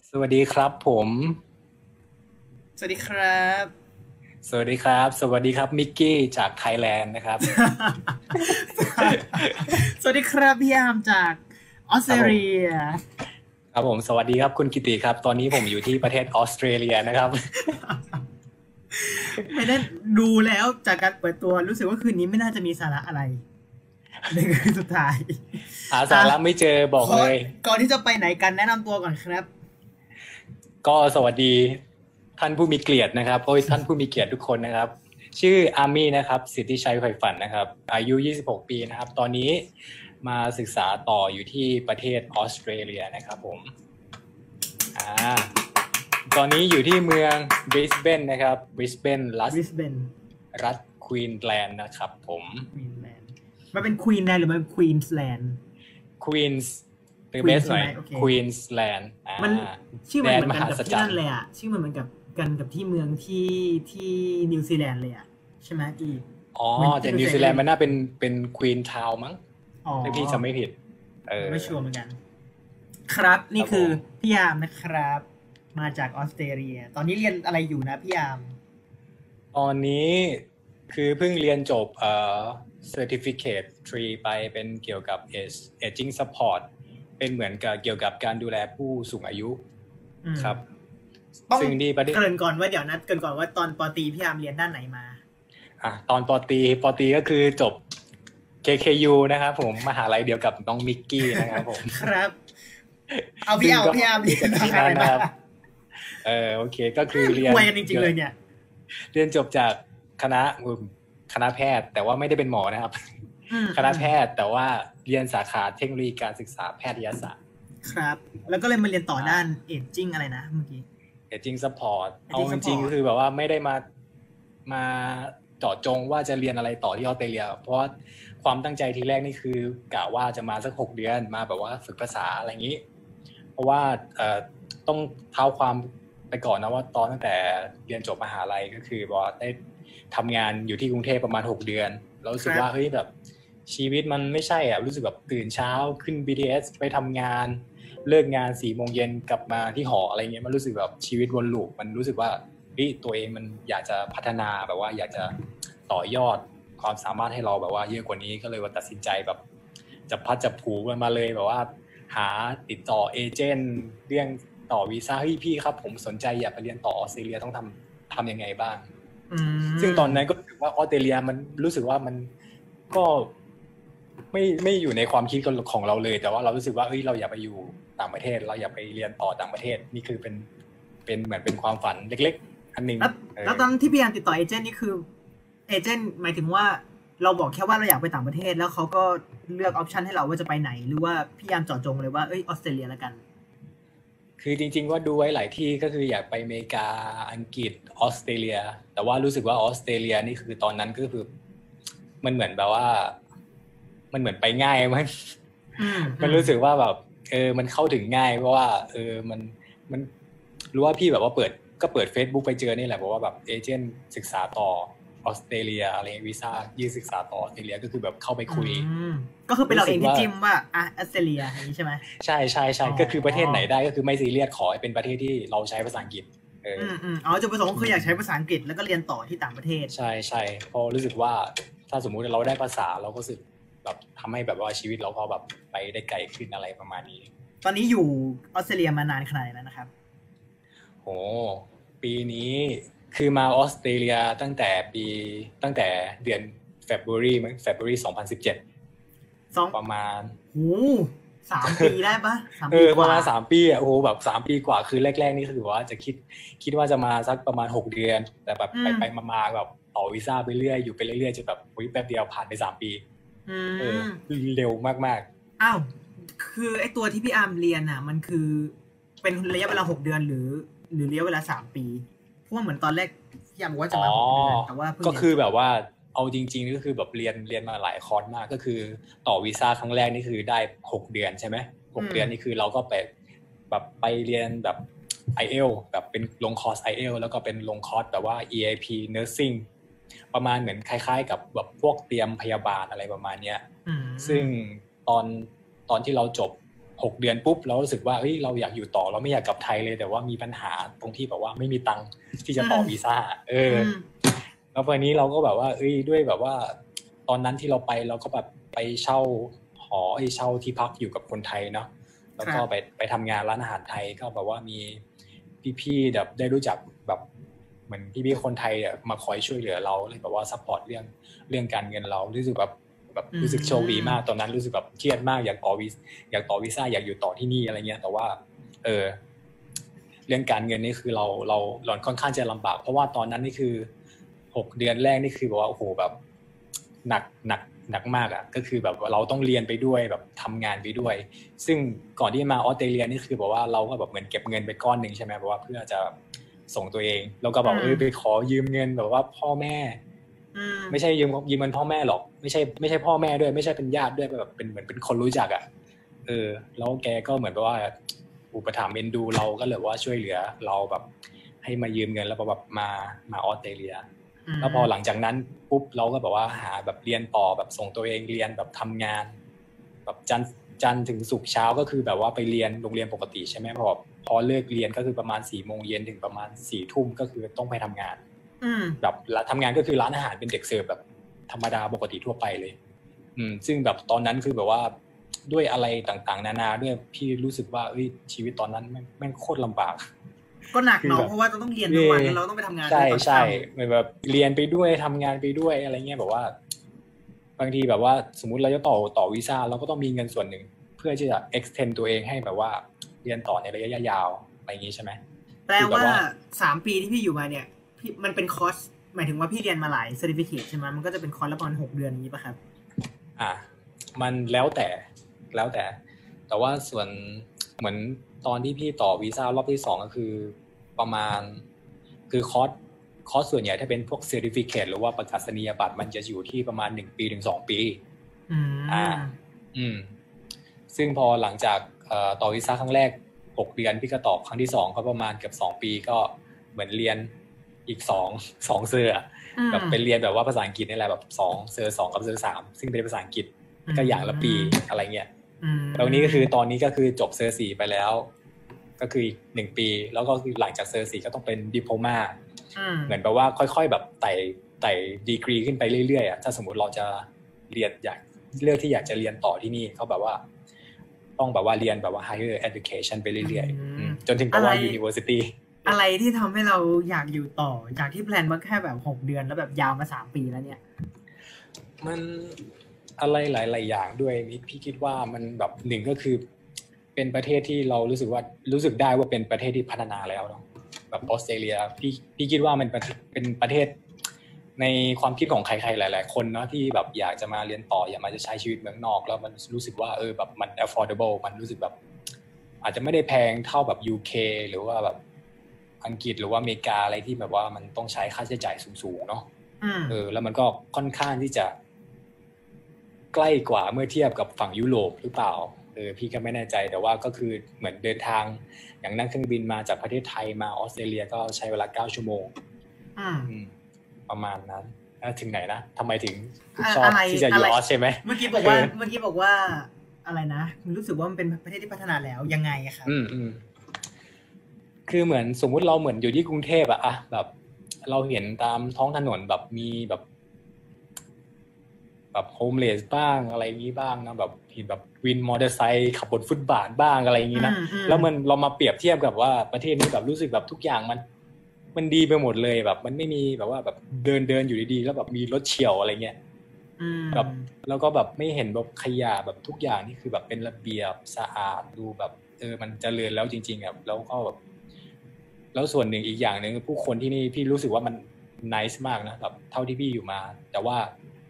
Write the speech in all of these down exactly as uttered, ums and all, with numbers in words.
สวัสดีครับผมสวัสดีครับสวัสดีครับสวัสดีครับมิกกี้จากไทยแลนด์นะครับสวัสดีครับพี่ยามจากออสเตรครับผมเลียครับผมสวัสดีครับคุณกิติครับตอนนี้ผมอยู่ที่ประเทศออสเตรเลียนะครับไม่ได้ดูแล้วจากการเปิดตัวรู้สึกว่าคืนนี้ไม่น่าจะมีสาระอะไรในคืนสุดท้ายหาสาอ่ะระไม่เจอบอกขอเลยก่อนที่จะไปไหนกันแนะนำตัวก่อนครับก็สวัสดีท่านผู้มีเกียรตินะครับโอ้ยท่านผู้มีเกียรติทุกคนนะครับชื่ออาร์มี่นะครับสิทธิชัยไผ่ฝันนะครับอายุยี่สิบหกปีนะครับตอนนี้มาศึกษาต่ออยู่ที่ประเทศออสเตรเลียนะครับผมอ่า ตอนนี้อยู่ที่เมืองบริสเบนนะครับบริสเบนรัฐบริสเบนรัฐควีนแลนด์นะครับผมควีนแลนด์มันเป็นควีนแลนด์หรือมันควีนส์แลนด์ควีนส์หรือเบส Queens หน่อยใช่ไหมโอเคควีนส์แลนด์อ่ามันชื่อแดมันเหนมหามือนกันกับศจรรย์ที่นั่นเลยอ่ะชื่อมันเหมือนกับกันกับที่เมืองที่ที่นิวซีแลนด์เลยอ่ะใช่ไหมพี่อ๋อเหมือนแต่ที่นิวนิวซีแลนด์ซีแลนด์เลยมันน่าเป็นเป็นควีนทาวน์มั้งอ๋อถ้าพี่จำไม่ผิดเออไม่ชัวร์เหมือนกันครับคนี่คือรับผมพี่ยามนะครับมาจากออสเตรเลียตอนนี้เรียนอะไรอยู่นะพี่ยามตอนนี้คือเพิ่งเรียนจบเอ่อ Certificate ทรีไปเป็นเกี่ยวกับ Age- Aging Support เป็นเหมือนกับเกี่ยวกับการดูแลผู้สูงอายุอืมครับต้องซึ่งที่ประเทศเกริ่นก่อนว่าเดี๋ยวนัดเกริ่นก่อนว่าตอนปอตรีพี่ยามเรียนด้านไหนมาอ่ะตอนปอตรีปอตรีก็คือจบ เค เค ยู นะครับผมมหาลัยเดียวกับน้องมิกกี้นะครับผมครับเอาพี่ซึ่งเอาก็พี่ยามเรียนที่อะไรมานั่นนะครับเออโอเคก็คือเรียนอวยกันจริงๆเลยเนี่ยเรียนจบจากคณะคณะแพทย์แต่ว่าไม่ได้เป็นหมอนะครับอืมคณะแพทย์แต่ว่าเรียนสาขาเทคโนโลยีการศึกษาแพทยศาสตร์ครับแล้วก็เลยมาเรียนต่อด้านเอจจิ้งอะไรนะเมื่อกี้ Aging Support เอา Aging จริง Support ๆก็คือแบบว่าไม่ได้มามาเจาะจงว่าจะเรียนอะไรต่อที่ออสเตรเลียเพราะว่าความตั้งใจทีแรกนี่คือกะว่าจะมาสักหกเดือนมาแบบว่าฝึกภาษาอะไรอย่างนี้เพราะว่าเอ่อต้องเท้าความไปก่อนนะว่าตอนตั้งแต่เรียนจบมหาลัยก็คือบอกว่าได้ทำงานอยู่ที่กรุงเทพประมาณหกเดือนแล้วรู้สึกว่าเฮ้ยแบบชีวิตมันไม่ใช่อ่ะรู้สึกแบบตื่นเช้าขึ้น บี ที เอส ไปทำงานเลิกงานสี่โมงเย็นกลับมาที่หออะไรเงี้ยมันรู้สึกแบบชีวิตวนลูปมันรู้สึกว่าตัวเองมันอยากจะพัฒนาแบบว่าอยากจะต่อยอดความสามารถให้เราแบบว่าเยอะกว่านี้ก็เลยว่าตัดสินใจแบบจะพัดจะผูกมันมาเลยแบบว่าหาติดต่อเอเจนต์เรื่องต่อวีซ่าเฮ้ยพี่ครับผมสนใจอยากไปเรียนต่อออสเตรเลียต้องทำทำยังไงบ้างซึ่งตอนนั้นก็รู้สึกว่าออสเตรเลียมันรู้สึกว่ามันก็ไม่ไม่อยู่ในความคิดของเราเลยแต่ว่าเรารู้สึกว่าเอ้ยเราอยากไปอยู่ต่างประเทศเราอยากไปเรียนต่อต่างประเทศนี่คือเป็นเป็นเหมือนเป็นความฝันเล็กๆอันนึงแล้วแล้วตอนที่พี่ยามติดต่อเอเจนต์นี่คือเอเจนต์หมายถึงว่าเราบอกแค่ว่าเราอยากไปต่างประเทศแล้วเขาก็เลือกออปชันให้เราว่าจะไปไหนหรือว่าพี่ยามเจาะจงเลยว่าเอ้ยออสเตรเลียละกันคือจริงๆว่าดูไว้หลายที่ก็คืออยากไปอเมริกาอังกฤษออสเตรเลียแต่ว่ารู้สึกว่าออสเตรเลียนี่คือตอนนั้นก็คือมันเหมือนแบบว่ามันเหมือนไปง่ายมั้งมันรู้สึกว่าแบบเออมันเข้าถึงง่ายเพราะว่าเออมันมันรู้ว่าพี่แบบว่าเปิดก็เปิด Facebook ไปเจอนี่แหละบอกว่าแบบเอเจนต์ศึกษาต่อออสเตรเลียอะไรวีซ่ายื่นศึกษาต่อออสเตรเลียก็คือแบบเข้าไปคุยก็คือเป็นเราเองที่จิ้มว่าอ่ะออสเตรเลียอย่างนี้ใช่ไหมใช่ใช่ใช่ก็คือประเทศไหนได้ก็คือไม่ซีเรียสขอให้เป็นประเทศที่เราใช้ภาษาอังกฤษเอออืมอ๋อจุดประสงค์คืออยากใช้ภาษาอังกฤษแล้วก็เรียนต่อที่ต่างประเทศใช่ใช่พอรู้สึกว่าถ้าสมมุติเราได้ภาษาเราก็รู้สึกแบบทำให้แบบว่าชีวิตเราพอแบบไปได้ไกลขึ้นอะไรประมาณนี้ตอนนี้อยู่ออสเตรเลียมานานขนาดไหนแล้วนะครับโหปีนี้คือมาออสเตรเลียตั้งแต่ปีตั้งแต่เดือน February มั้ง February สองพันสิบเจ็ดสองประมาณโหสามปีได้ปะสามเอปีอกว่าประมาณสามปีอ่ะโอ้โหแบบสามปีกว่าคือแรกๆนี่คือว่าจะคิดคิดว่าจะมาสักประมาณหกเดือนแต่แบบไปไปมาๆแบบต่อวีซ่าไปเรื่อยอยู่ไปเรื่อยๆจนแบบอุ๊ยแป๊บเดียวผ่านไปสามปีเออเร็วมากๆอ้าวคือไอ้ตัวที่พี่อาร์มเรียนอ่ะมันคือเป็นระยะเวลาหกเดือนหรือหรือระยะเวลาสามปีเพราะว่าเหมือนตอนแรกพี่อาร์มบอกว่าจะมาหกเดือนแต่ว่าเพิ่งก็คือแบบว่าเอาจริงๆก็คือแบบเรียนเรียนมาหลายคอร์สมากก็คือต่อวีซ่าครั้งแรกนี่คือได้หกเดือนใช่ไหมหกเดือนนี่คือเราก็ไปแบบไปเรียนแบบ ไอ เอล แบบเป็นลงคอร์ส ไอ เอล แล้วก็เป็นลงคอร์สแบบว่า อี ไอ พี Nursing ประมาณเหมือนคล้ายๆกับแบบพวกเตรียมพยาบาลอะไรประมาณเนี้ยซึ่งตอนตอนที่เราจบหกเดือนปุ๊บเรารู้สึกว่าเฮ้ยเราอยากอยู่ต่อเราไม่อยากกลับไทยเลยแต่ว่ามีปัญหาตรงที่แบบว่าไม่มีตังค์ที่จะต่อวีซ่าเออแล้ววันนี้เราก็แบบว่าเอ้ยด้วยแบบว่าตอนนั้นที่เราไปเราก็แบบไปเช่าหอไอ้เช่าที่พักอยู่กับคนไทยเนาะแล้วก็ไปไปทำงานร้านอาหารไทยก็แบบว่ามีพี่ๆแบบได้รู้จักแบบเหมือนพี่ๆคนไทยอ่ะมาคอยช่วยเหลือเราเลยแบบว่าซัพพอร์ตเรื่องเรื่องการเงินเรารู้สึกแบบแบบรู้สึกโชคดีมากตอนนั้นรู้สึกแบบเครียดมากอยากต่อวีอยากต่อวีซ่าอยากอยู่ต่อที่นี่อะไรเงี้ยแต่ว่าเออเรื่องการเงินนี่คือเราเราเราค่อนข้างจะลำบากเพราะว่าตอนนั้นนี่คือหกเดือนแรกนี่คือแบบว่าโอ้โหแบบหนักหนักหนักมากอ่ะก็คือแบบเราต้องเรียนไปด้วยแบบทำงานไปด้วยซึ่งก่อนที่มาออสเตรเลียนี่คือแบบว่าเราก็แบบเหมือนเก็บเงินไปก้อนนึงใช่ไหมแบบว่าเพื่อจะส่งตัวเองแล้วก็บอกเออไปขอยืมเงินแบบว่าพ่อแม่ไม่ใช่ยืมยืมเงินพ่อแม่หรอกไม่ใช่ไม่ใช่พ่อแม่ด้วยไม่ใช่เป็นญาติด้วยแบบเป็นเหมือนเป็นคนรู้จักอ่ะเออแล้วแกก็เหมือนแบบว่าอุปถัมภ์เอ็นดูเราก็เลยว่าช่วยเหลือเราแบบให้มายืมเงินแล้วแบบมามาออสเตรเลียแล้วพอหลังจากนั้นปุ๊บเราก็แบบว่าหาแบบเรียนต่อแบบส่งตัวเองเรียนแบบทำงานแบบจันจันถึงศุกร์เช้าก็คือแบบว่าไปเรียนโรงเรียนปกติใช่ไหมพอพอเลิกเรียนก็คือประมาณสี่โมงเย็นถึงประมาณสี่ทุ่มก็คือต้องไปทำงานแบบทำงานก็คือร้านอาหารเป็นเด็กเสิร์ฟแบบธรรมดาปกติทั่วไปเลยอืมซึ่งแบบตอนนั้นคือแบบว่าด้วยอะไรต่างๆนานาด้วยพี่รู้สึกว่าเอ้ยชีวิตตอนนั้นแม่งแม่งโคตรลำบากก็หนักเนาะเพราะว่าเราต้องเรียนทุกวันแล้วเราต้องไปทำงานใช่ใช่แบบเรียนไปด้วยทำงานไปด้วยอะไรเงี้ยแบบว่าบางทีแบบว่าสมมุติเราจะต่อต่อวีซ่าเราก็ต้องมีเงินส่วนหนึ่งเพื่อที่จะ extend ตัวเองให้แบบว่าเรียนต่อในระยะยาวอะไรอย่างงี้ใช่ไหมแปลว่าสามปีที่พี่อยู่มาเนี่ยพี่มันเป็นคอร์สหมายถึงว่าพี่เรียนมาหลาย certificate ใช่ไหมมันก็จะเป็นคอร์สละประมาณหกเดือนนี้ป่ะครับอ่ามันแล้วแต่แล้วแต่แต่ว่าส่วนเหมือนตอนที่พี่ต่อวีซ่ารอบที่สองก็คือประมาณคือคอร์สคอร์สส่วนใหญ่ถ้าเป็นพวก certificate หรือว่าประกาศนียบัตรมันจะอยู่ที่ประมาณหนึ่งปีถึงสองปีอืมอ่าอืมซึ่งพอหลังจากเอ่อต่อวีซ่าครั้งแรกหกเดือนพี่ก็ต่อครั้งที่สองก็ประมาณเกือบสองปีก็เหมือนเรียนอีกสอง สองเซอร์อ่ะแบบเป็นเรียนแบบว่าภาษาอังกฤษนี่แหละแบบสองเซอร์สองกับเซอร์สามซึ่งเป็นภาษาอังกฤษก็อย่างละปีอะไรเงี้ยแล้วนี้ก็คือตอนนี้ก็คือจบเซอร์สี่ไปแล้วก็คืออีกหนึ่งปีแล้วก็คือหลังจากเซอร์สี่ก็ต้องเป็นดิโพลมาเหมือนแบบว่าค่อยๆแบบไต่ไต่ดีกรีขึ้นไปเรื่อยๆอ่ะถ้าสมมติเราจะเรียนอยากเลือกที่อยากจะเรียนต่อที่นี่เขาแบบว่าต้องแบบว่าเรียนแบบว่า higher education ไปเรื่อยๆจนถึงแบบว่า university อะไรที่ทำให้เราอยากอยู่ต่อจากที่แพลนมาแค่แบบหกเดือนแล้วแบบยาวมาสามปีแล้วเนี่ยมันอะไรหลายๆอย่างด้วยพี่คิดว่ามันแบบหนึ่งก็คือเป็นประเทศที่เรารู้สึกว่ารู้สึกได้ว่าเป็นประเทศที่พัฒนาแล้วเนาะแบบออสเตรเลียพี่พี่คิดว่ามันเป็นประเทศในความคิดของใครๆหลายๆคนเนาะที่แบบอยากจะมาเรียนต่ออยากมาจะใช้ชีวิตเมืองนอกแล้วมันรู้สึกว่าเออแบบมัน affordable มันรู้สึกแบบอาจจะไม่ได้แพงเท่าแบบ ยู เค หรือว่าแบบอังกฤษหรือว่าอเมริกาอะไรที่แบบว่ามันต้องใช้ค่าใช้จ่ายสูงๆเนาะเออแล้วมันก็ค่อนข้างที่จะใกล้กว่าเมื่อเทียบกับฝั่งยุโรปหรือเปล่าเออพี่ก็ไม่แน่ใจแต่ว่าก็คือเหมือนเดินทางอย่างนั่งเครื่องบินมาจากประเทศไทยมาออสเตรเลียก็ใช้เวลาเก้าชั่วโมงอืมประมาณนั้นถึงไหนนะทำไมถึงชอบที่จะอยู่ออสใช่ไหมเมื่อกี้บอกว่าเมื่อกี้บอกว่าอะไรนะรู้สึกว่ามันเป็นประเทศที่พัฒนาแล้วยังไงครับอืมอืมคือเหมือนสมมุติเราเหมือนอยู่ที่กรุงเทพอะอะแบบเราเห็นตามท้องถนนแบบมีแบบแบบโฮมเลสบ้างอะไรอย่างนี้บ้างนะแบบเห็นแบบวินมอเตอร์ไซค์ขับบนฟุตบาทบ้างอะไรอย่างนี้นะแล้วมันเรามาเปรียบเทียบกับว่าประเทศนี้แบบรู้สึกแบบทุกอย่างมันมันดีไปหมดเลยแบบมันไม่มีแบบว่าแบบเดินเดินอยู่ดีๆแล้วแบบมีรถเฉี่ยวอะไรเงี้ยแบบแล้วก็แบบไม่เห็นแบบขยะแบบทุกอย่างนี่คือแบบเป็นระเบียบสะอาดดูแบบเออมันเจริญแล้วจริงๆอ่ะแล้วก็แบบแล้วส่วนหนึ่งอีกอย่างนึงผู้คนที่นี่พี่รู้สึกว่ามันนิสมากนะแบบเท่าที่พี่อยู่มาแต่ว่า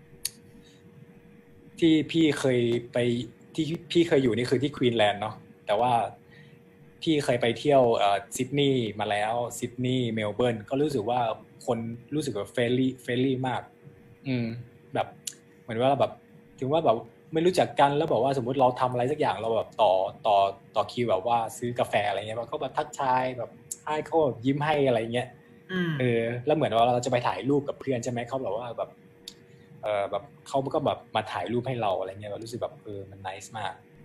ที่พี่เคยไปที่พี่เคยอยู่นี่คือที่ควีนแลนด์เนาะแต่ว่าพี่เคยไปเที่ยวเอ่อซิดนีย์มาแล้วซิดนีย์เมลเบิร์นก็รู้สึกว่าคนรู้สึกว่าเฟรนลี่เฟรนลี่มากอืมแบบเหมือนว่าแบบถึงว่าแบบไม่รู้จักกันแล้วบอกว่าสมมุติเราทำอะไรสักอย่างเราแบบต่อต่อต่อคิวแบบว่าซื้อกาแฟอะไรเงี้ยเขาแบบทักทายแบบให้เขายิ้มให้อะไรเงี้ยเออแล้วเหมือนว่าเราจะไปถ่ายรูปกับเพื่อนใช่ไหมเขาแบบว่าแบบเออแบบเขาก็แบบมาถ่ายรูปให้เราอะไรเงี้ยรู้สึกแบบเออมันไนซ์มาก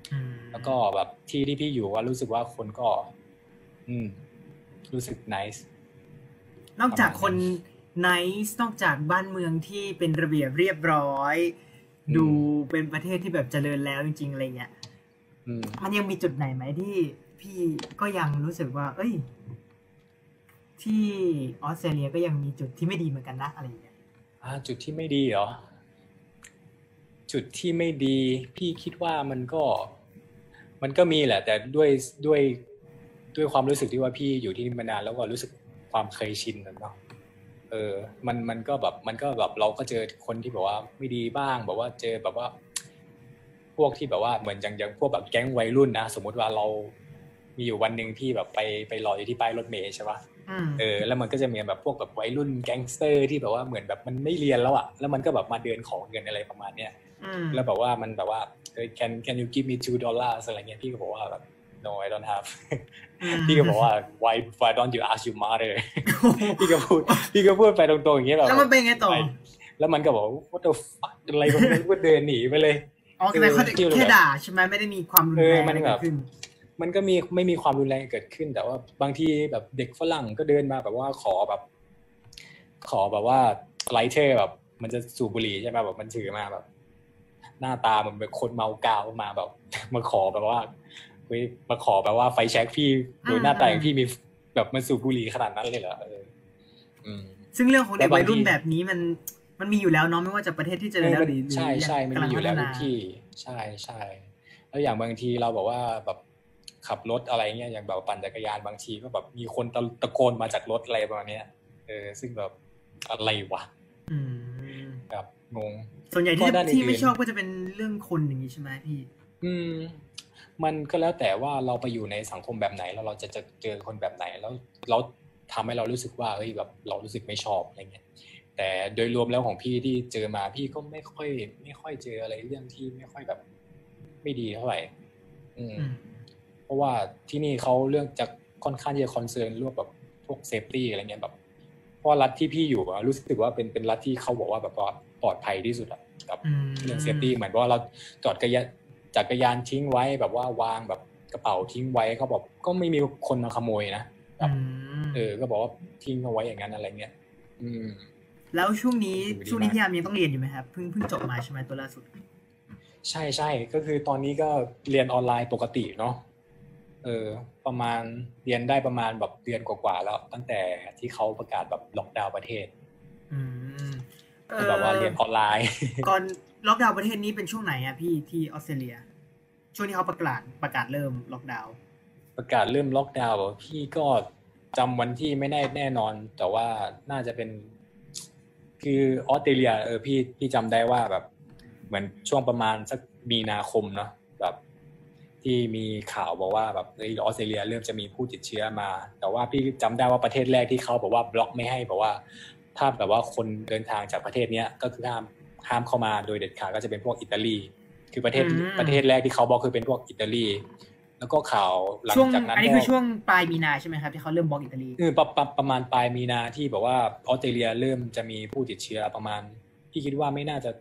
แล้วก็แบบที่ที่พี่อยู่ว่ารู้สึกว่าคนก็อืมรู้สึก nice นอกจากคน nice นอกจากบ้านเมืองที่เป็นระเบียบเรียบร้อยดูเป็นประเทศที่แบบเจริญแล้วจริงๆอะไรเงี้ยมันยังมีจุดไหนไหมที่พี่ก็ยังรู้สึกว่าเอ้ยที่ออสเตรเลียก็ยังมีจุดที่ไม่ดีเหมือนกันนะอะไรอย่างเงี้ยอ่าจุดที่ไม่ดีเหรอจุดที่ไม่ดีพี่คิดว่ามันก็มันก็มีแหละแต่ด้วยด้วยด้วยความรู้สึกที่ว่าพี่อยู่ที่นี่มานานแล้วก็รู้สึกความเคยชินเนาะเออมันมันก็แบบมันก็แบบเราก็เจอคนที่แบบว่าไม่ดีบ้างแบบว่าเจอแบบว่าพวกที่แบบว่าเหมือนอย่างอย่างพวกแบบแก๊งวัยรุ่นนะสมมติว่าเรามีอยู่วันนึงพี่แบบไปไปรออยู่ที่ป้ายรถเมล์ใช่ป่ะเออแล้วมันก็จะมีแบบพวกแบบวัยรุ่นแก๊งสเตอร์ที่แบบว่าเหมือนแบบมันไม่เรียนแล้วอ่ะแล้วมันก็แบบมาเดินขอเงินอะไรประมาณเนี้ยแล้วแบบว่ามันแบบว่าเออ can can you give me two dollars อะไรเงี้ยพี่ก็บอกว่าแบบ no I don't have พี่ก็บอกว่า why why don't you ask your mother พี่ก็พูดพี่ก็พูดไปตรงๆอย่างเงี้ยแบบแล้วมันเป็นไงต่อแล้วมันก็บอก what the fuck อะไรก็ไม่รู้ก็เดินหนีไปเลยอ๋อแต่เขาแค่ด่าใช่ไหมไม่ได้มีความรุนแรงอะไรเกิดขึ้นมันก็มีไม่มีความรุนแรงเกิดขึ้นแต่ว่าบางทีแบบเด็กฝรั่งก็เดินมาแบบว่าขอแบบขอแบบว่าไลเตอร์แบบมันจะสูบบุหรี่ใช่ไหมแบบมันถือมาแบบหน้าตาเหมือนเป็นคนเมากาวมาแบบมาขอแบบว่าเฮ้ยมาขอแบบว่าไฟแช็กพี่โดยหน้าตาอย่างพี่มีแบบมันสูบบุหรี่ขนาดนั้นเลยเหรอเอออืมซึ่งเรื่องของเด็กวัยรุ่นแบบนี้มันมันมีอยู่แล้วเนาะไม่ว่าจะประเทศที่เจริญแล้วหรือใช่ใช่มันมีอยู่แล้วทุกที่ใช่ใช่แล้วอย่างบางทีเราบอกว่าแบบขับรถอะไรเงี้ยอย่างแบบปั่นจักรยานบางทีก็แบบมีคนตะโกนมาจากรถอะไรประมาณนี้เออซึ่งแบบอะไรวะแบบงงส่วนใหญ่ที่ที่ไม่ชอบก็จะเป็นเรื่องคนอย่างนี้ใช่ไหมพี่อืมมันก็แล้วแต่ว่าเราไปอยู่ในสังคมแบบไหนแล้วเราจะจะเจอคนแบบไหนแล้วเราทำให้เรารู้สึกว่าเฮ้ยแบบเรารู้สึกไม่ชอบอะไรเงี้ยแต่โดยรวมแล้วของพี่ที่เจอมาพี่ก็ไม่ค่อยไม่ค่อยเจออะไรเรื่องที่ไม่ค่อยแบบไม่ดีเท่าไหร่อืมเพราะว่าที่นี่เขาเรื่องจะค่อนข้างที่จะคอนเซิร์นเรื่องแบบพวกเซฟตี้อะไรเงี้ยแบบเพราะรัฐที่พี่อยู่อะรู้สึกว่าเป็นเป็นรัฐที่เขาบอกว่าแบบว่าปลอดภัยที่สุดอะกับเรื่องเซฟตี้เหมือนว่าเราจอดกระยานจักรยานทิ้งไว้แบบว่าวางแบบกระเป๋าทิ้งไว้เขาบอกก็ไม่มีคนมาขโมยนะแบบเออก็บอกว่าทิ้งเอาไว้อย่างนั้นอะไรเงี้ยอืมแล้วช่วงนี้ช่วงนี้พี่ยามยังต้องเรียนอยู่ไหมครับเพิ่งเพิ่งจบมาใช่ไหมตัวล่าสุดใช่ใช่ก็คือตอนนี้ก็เรียนออนไลน์ปกติเนาะเออประมาณเรียนได้ประมาณแบบเดือนกว่าๆแล้วตั้งแต่ที่เขาประกาศแบบล็อกดาวน์ประเทศอืมแบบว่าเรียนออนไลน์ก่อนล็อกดาวน์ประเทศนี้เป็นช่วงไหนอะพี่ที่ออสเตรเลียช่วงที่เขาประกาศประกาศเริ่มล็อกดาวน์ประกาศเริ่มล็อกดาวน์พี่ก็จำวันที่ไม่ได้แน่นอนแต่ว่าน่าจะเป็นคือออสเตรเลียเออพี่พี่จำได้ว่าแบบเหมือนช่วงประมาณสักมีนาคมเนาะแบบที่มีข่าวบอกว่าแบบออสเตรเลียเริ่มจะมีผู้ติดเชื้อมาแต่ว่าพี่จำได้ว่าประเทศแรกที่เขาบอกว่าบล็อกไม่ให้บอกว่าถ้าแบบว่าคนเดินทางจากประเทศนี้ก็คือห้ามห้ามเข้ามาโดยเด็ดขาดก็จะเป็นพวกอิตาลีคือประเทศประเทศแรกที่เขาบอกคือเป็นพวกอิตาลีแล้วก็ข่าวหลังจากนั้นอันนี้คือช่วงปลายมีนาใช่ไหมครับที่เขาเริ่มบล็อกอิตาลีเออประประประมาณปลายมีนาที่บอกว่าออสเตรเลียเริ่มจะมีผู้ติดเชื้อประมาณพี่คิดว่าไม่น่าจะ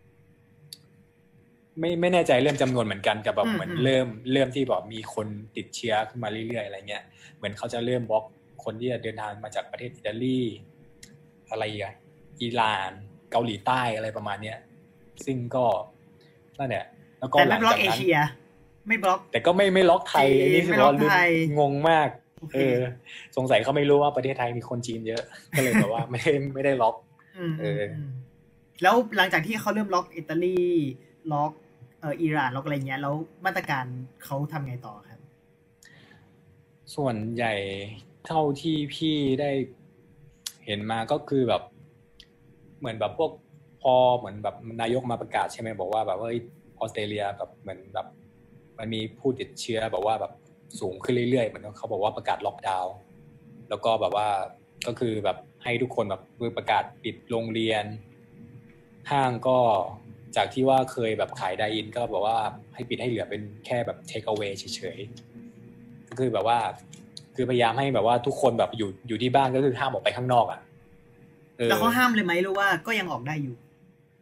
ไม่ไม่แน่ใจเริ่มจำนวนเหมือนกันกับแบบเหมือนเริ่มเริ่มที่บอกมีคนติดเชื้อขึ้นมาเรื่อยๆอะไรเงี้ยเหมือนเขาจะเริ่มบล็อกคนที่จะเดินทางมาจากประเทศอิตาลีอะไรอ่ะอิหร่านเกาหลีใต้อะไรประมาณเนี้ยซึ่งก็นั่นแหละแล้วก็หลังจากนั้นไม่บล็อกแต่ก็ไม่ไม่ล็อกไทยอันนี้คือว่างงมากเออสงสัยเขาไม่รู้ว่าประเทศไทยมีคนจีนเยอะก็เลยแบบว่าไม่ได้ไม่ได้ล็อกเออแล้วหลังจากที่เขาเริ่มล็อกอิตาลีล็อกเอ่ออิหร่านล็อกอะไรเงี้ยแล้วมาตรการเขาทำไงต่อครับส่วนใหญ่เท่าที่พี่ได้เห็นมาก็คือแบบเหมือนแบบพวกพอเหมือนแบบนายกมาประกาศใช่ไหมบอกว่าแบบว่าออสเตรเลียแบบเหมือนแบบมันมีผู้ติดเชื้อแบบว่าแบบสูงขึ้นเรื่อยๆเหมือนเขาบอกว่าประกาศล็อกดาวน์แล้วก็แบบว่าก็คือแบบให้ทุกคนแบบประกาศปิดโรงเรียนห้างก็จากที่ว่าเคยแบบขายไดอินก็บอกว่าให้ปิดให้เหลือเป็นแค่แบบเทคเอาเวย์เฉยๆก็คือแบบว่าคือพยายามให้แบบว่าทุกคนแบบอยู่อยู่ที่บ้านก็คือห้ามออกไปข้างนอกอ่ะแล้วเขาห้ามเลยไหมหรือว่าก็ยังออกได้อยู่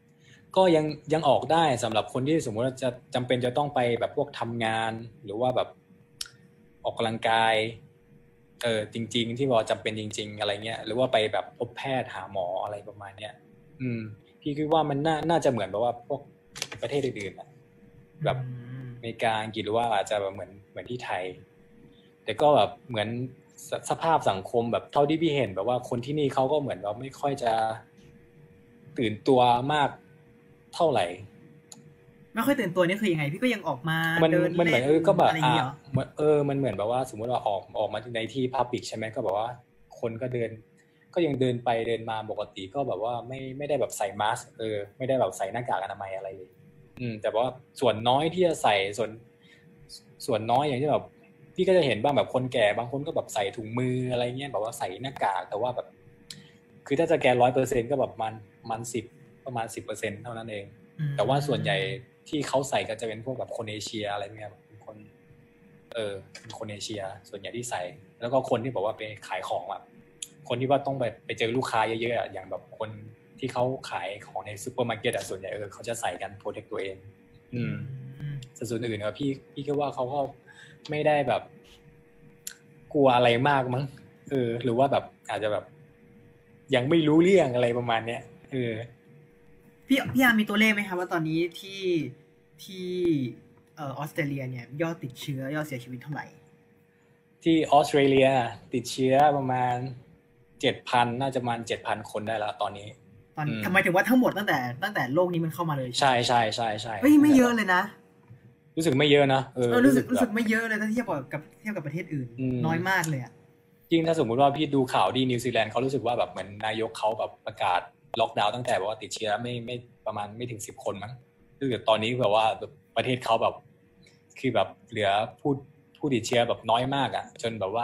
ก็ยังยังออกได้สำหรับคนที่สมมติว่าจะจำเป็นจะต้องไปแบบพวกทำงานหรือว่าแบบออกกำลังกายเออจริงๆที่บอกจำเป็นจริงๆอะไรเงี้ยหรือว่าไปแบบพบแพทย์หาหมออะไรประมาณเนี้ยอืมพี่คิดว่ามันน่าน่าจะเหมือนแบบว่าพวกประเทศอื่นๆอ่ะแบบอเมริกาอังกฤษหรือว่าอาจจะแบบเหมือนเหมือนที่ไทยแต่ก็แบบเหมือนสภาพสังคมแบบเท่าที่พี่เห็นแบบว่าคนที่นี่เขาก็เหมือนแบบไม่ค่อยจะตื่นตัวมากเท่าไหร่ไม่ค่อยตื่นตัวนี่คือยังไงพี่ก็ยังออกมาเดินมันเหมือนเออก็แบบอ่าเออมันเหมือนแบบว่าสมมติว่าออกออกมาในที่พับลิกใช่ไหมก็แบบว่าคนก็เดินก็ยังเดินไปเดินมาปกติก็แบบว่าไม่ไม่ได้แบบใส่มาสก์เออไม่ได้แบบใส่หน้ากากอนามัยอะไรเลยอืมแต่ว่าส่วนน้อยที่จะใส่ส่วนส่วนน้อยอย่างที่แบบพี่ก็จะเห็นบ้างแบบคนแก่บางคนก็แบบใส่ถุงมืออะไรเงี้ยแบบว่าใส่หน้ากากแต่ว่าแบบคือถ้าจะแกนร้อยเปอร์เซ็นต์ก็แบบมันมันสิบประมาณสิบเปอร์เซ็นต์เท่านั้นเองแต่ว่าส่วนใหญ่ที่เขาใส่ก็จะเป็นพวกแบบคนเอเชียอะไรเงี้ยเป็นคนเออเป็นคนเอเชียส่วนใหญ่ที่ใส่แล้วก็คนที่บอกว่าไปขายของแบบคนที่ว่าต้องไปไปเจอลูกค้าเยอะๆอย่างแบบคนที่เขาขายของในซูเปอร์มาร์เก็ตอ่ะส่วนใหญ่เออเขาจะใส่กันโปรเทคตัวเองอืมส่วนอื่นๆก็พี่พี่คิดว่าเขาก็ไม่ได้แบบกลัวอะไรมากมั้งเออหรือว่าแบบอาจจะแบบยังไม่รู้เรื่องอะไรประมาณเนี้ยเออพี่พี่อามีตัวเลขไหมครับว่าตอนนี้ที่ที่เอ่อออสเตรเลียเนี่ยยอดติดเชื้อยอดเสียชีวิตเท่าไหร่ที่ออสเตรเลียติดเชื้อประมาณ เจ็ดพัน น่าจะประมาณ เจ็ดพัน คนได้แล้วตอนนี้ตอนทำไมถึงว่าทั้งหมดตั้งแต่ตั้งแต่โลกนี้มันเข้ามาเลยใช่ๆๆๆเฮ้ยไม่เยอะเลยนะรู้สึกไม่เยอะนะเออรู้สึกรู้สึกไม่เยอะเลยถ้าเทียบกับเทียบกับประเทศอื่นน้อยมากเลยอ่ะจริงถ้าสมมุติว่าพี่ดูข่าวที่นิวซีแลนด์เขารู้สึกว่าแบบเหมือนนายกเขาแบบประกาศล็อกดาวน์ตั้งแต่ว่าติดเชื้อไม่ไม่ประมาณไม่ถึงสิบคนมั้งคือตอนนี้แบบว่าประเทศเขาแบบคือแบบเหลือผู้ผู้ติดเชื้อแบบน้อยมากอ่ะจนแบบว่า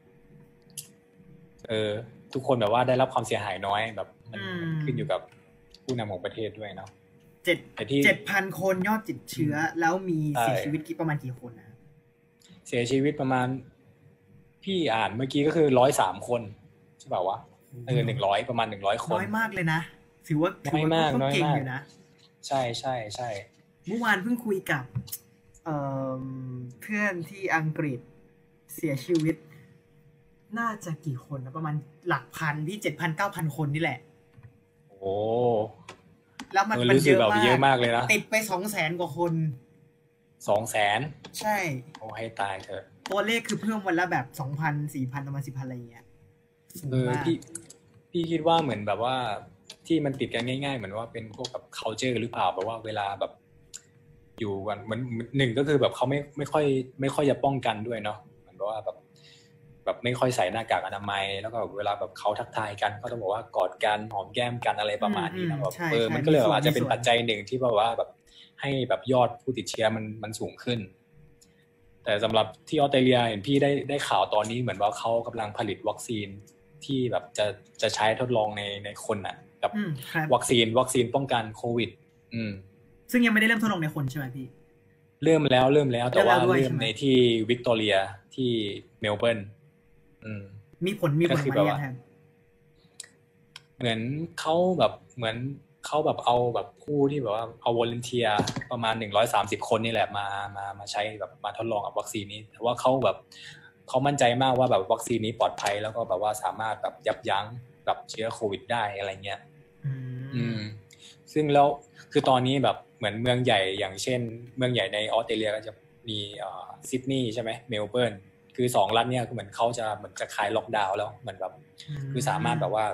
เออทุกคนแบบว่าได้รับความเสียหายน้อยแบบมันขึ้นอยู่กับผู้นำของประเทศด้วยเนาะเจ็ดเจ็ดพันคนยอดติดเชื้อแล้วมีเสียชีวิตกี่ประมาณกี่คนนะเสียชีวิตประมาณพี่อ่านเมื่อกี้ก็คือร้อยสามคนใช่เปล่าวะเออหนึ่งร้อยประมาณหนึ่งร้อยคนน้อยมากเลยนะถือว่าถือว่าเขาเก่งอยู่นะใช่ใช่ใช่เมื่อวานเพิ่งคุยกับเอ่อเพื่อนที่อังกฤษเสียชีวิตน่าจะกี่คนนะประมาณหลักพันที่เจ็ดพันเก้าพันคนนี่แหละโอ้แล้วมันมันเยอะมากเยอะมากเลยนะติดไปสองแสนกว่าคนสองแสนใช่โอ้ให้ตายเถอะตัวเลขคือเพิ่มวันละแบบสองพันสี่พันประมาณสิบพันอะไรเงี้ยเออพี่พี่คิดว่าเหมือนแบบว่าที่มันติดกันง่ายๆเหมือนว่าเป็นพวกแบบ culture หรือเปล่าแบบว่าเวลาแบบอยู่กันเหมือนหนึ่งก็คือแบบเขาไม่ไม่ค่อยไม่ค่อยจะป้องกันด้วยเนาะเหมือนว่าแบบแบบไม่ค่อยใส่หน้ากากอนามัยแล้วก็เวลาแบบเขาทักทายกันก็ต้องบอกว่ากอดกันหอมแก้มกันอะไรประมาณนี้นะแบบเออมันก็เลยอาจจะเป็นปัจจัยหนึ่งที่แบบว่าแบบให้แบบยอดผู้ติดเชื้อมันมันสูงขึ้นแต่สำหรับที่ออสเตรเลียเห็นพี่ได้ได้ข่าวตอนนี้เหมือนว่าเขากำลังผลิตวัคซีนที่แบบจะจะใช้ทดลองในในคนน่ะกับวัคซีนวัคซีนป้องกันโควิดอืมซึ่งยังไม่ได้เริ่มทดลองในคนใช่ไหมพี่เริ่มแล้วเริ่มแล้วแต่ว่าเริ่มในที่วิกตอเรียที่เมลเบิร์นอืมมีผลมีผลไหมยังไงเหมือนเขาแบบเหมือนเขาแบบเอาแบบผู้ที่แบบว่าเอาวอลันเทียร์ประมาณหนึ่งร้อยสามสิบคนนี่แหละมามามาใช้แบบมาทดลองกับวัคซีนนี้แต่ว่าเขาแบบเขามั่นใจมากว่าแบบวัคซีนนี้ปลอดภัยแล้วก็แบบว่าสามารถแบบยับยั้งแบบเชื้อโควิดได้อะไรเงี้ยอืมซึ่งแล้วคือตอนนี้แบบเหมือนเมืองใหญ่อย่างเช่นเมืองใหญ่ในออสเตรเลียก็จะมีเอ่อซิดนีย์ใช่ไหมเมลเบิร์นคือสองรัฐเนี่ยเหมือนเขาจะเหมือนจะคลายล็อกดาวน์แล้วเหมือนแบบคือสามารถแบบว่า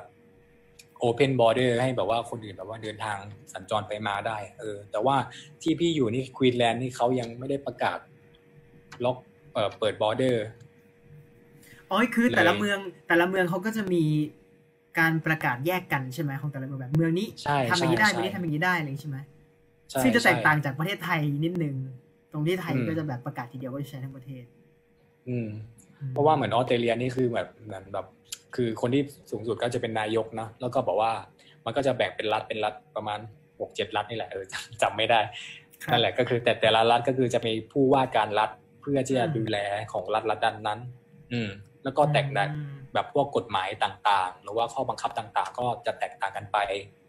Open Border ให้แบบว่าคนอื่นแบบว่าเดินทางสัญจรไปมาได้เออแต่ว่าที่พี่อยู่นี่ควีนแลนด์นี่เขายังไม่ได้ประกาศล็อกเอ่อเปิด border อ๋อคือแต่ละเมืองแต่ละเมืองเขาก็จะมีการประกาศแยกกันใช่ไหมของแต่ละเมืองแบบเมืองนี้ทำอย่างนี้ได้เมืองนี้ทำอย่างนี้ได้อะไรใช่ไหมซึ่งจะแตกต่างจากประเทศไทยนิดนึงตรงที่ไทยก็จะแบบประกาศทีเดียวว่าจะใช้ทั้งประเทศอืมเพราะว่าเหมือนออสเตรเลียนี่คือแบบเหมือนแบบคือคนที่สูงสุดก็จะเป็นนายกเนาะแล้วก็บอกว่ามันก็จะแบ่งเป็นรัฐเป็นรัฐประมาณ หกเจ็ด รัฐนี่แหละเออจำไม่ได้นั่นแหละก็คือแต่แต่ละรัฐก็คือจะมีผู้ว่าการรัฐเพื่อที่จะดูแลของรัฐรัฐนั้นอืมแล้วก็แตกต่างแบบพวกกฎหมายต่างๆหรือว่าข้อบังคับต่างๆก็จะแตกต่างกันไป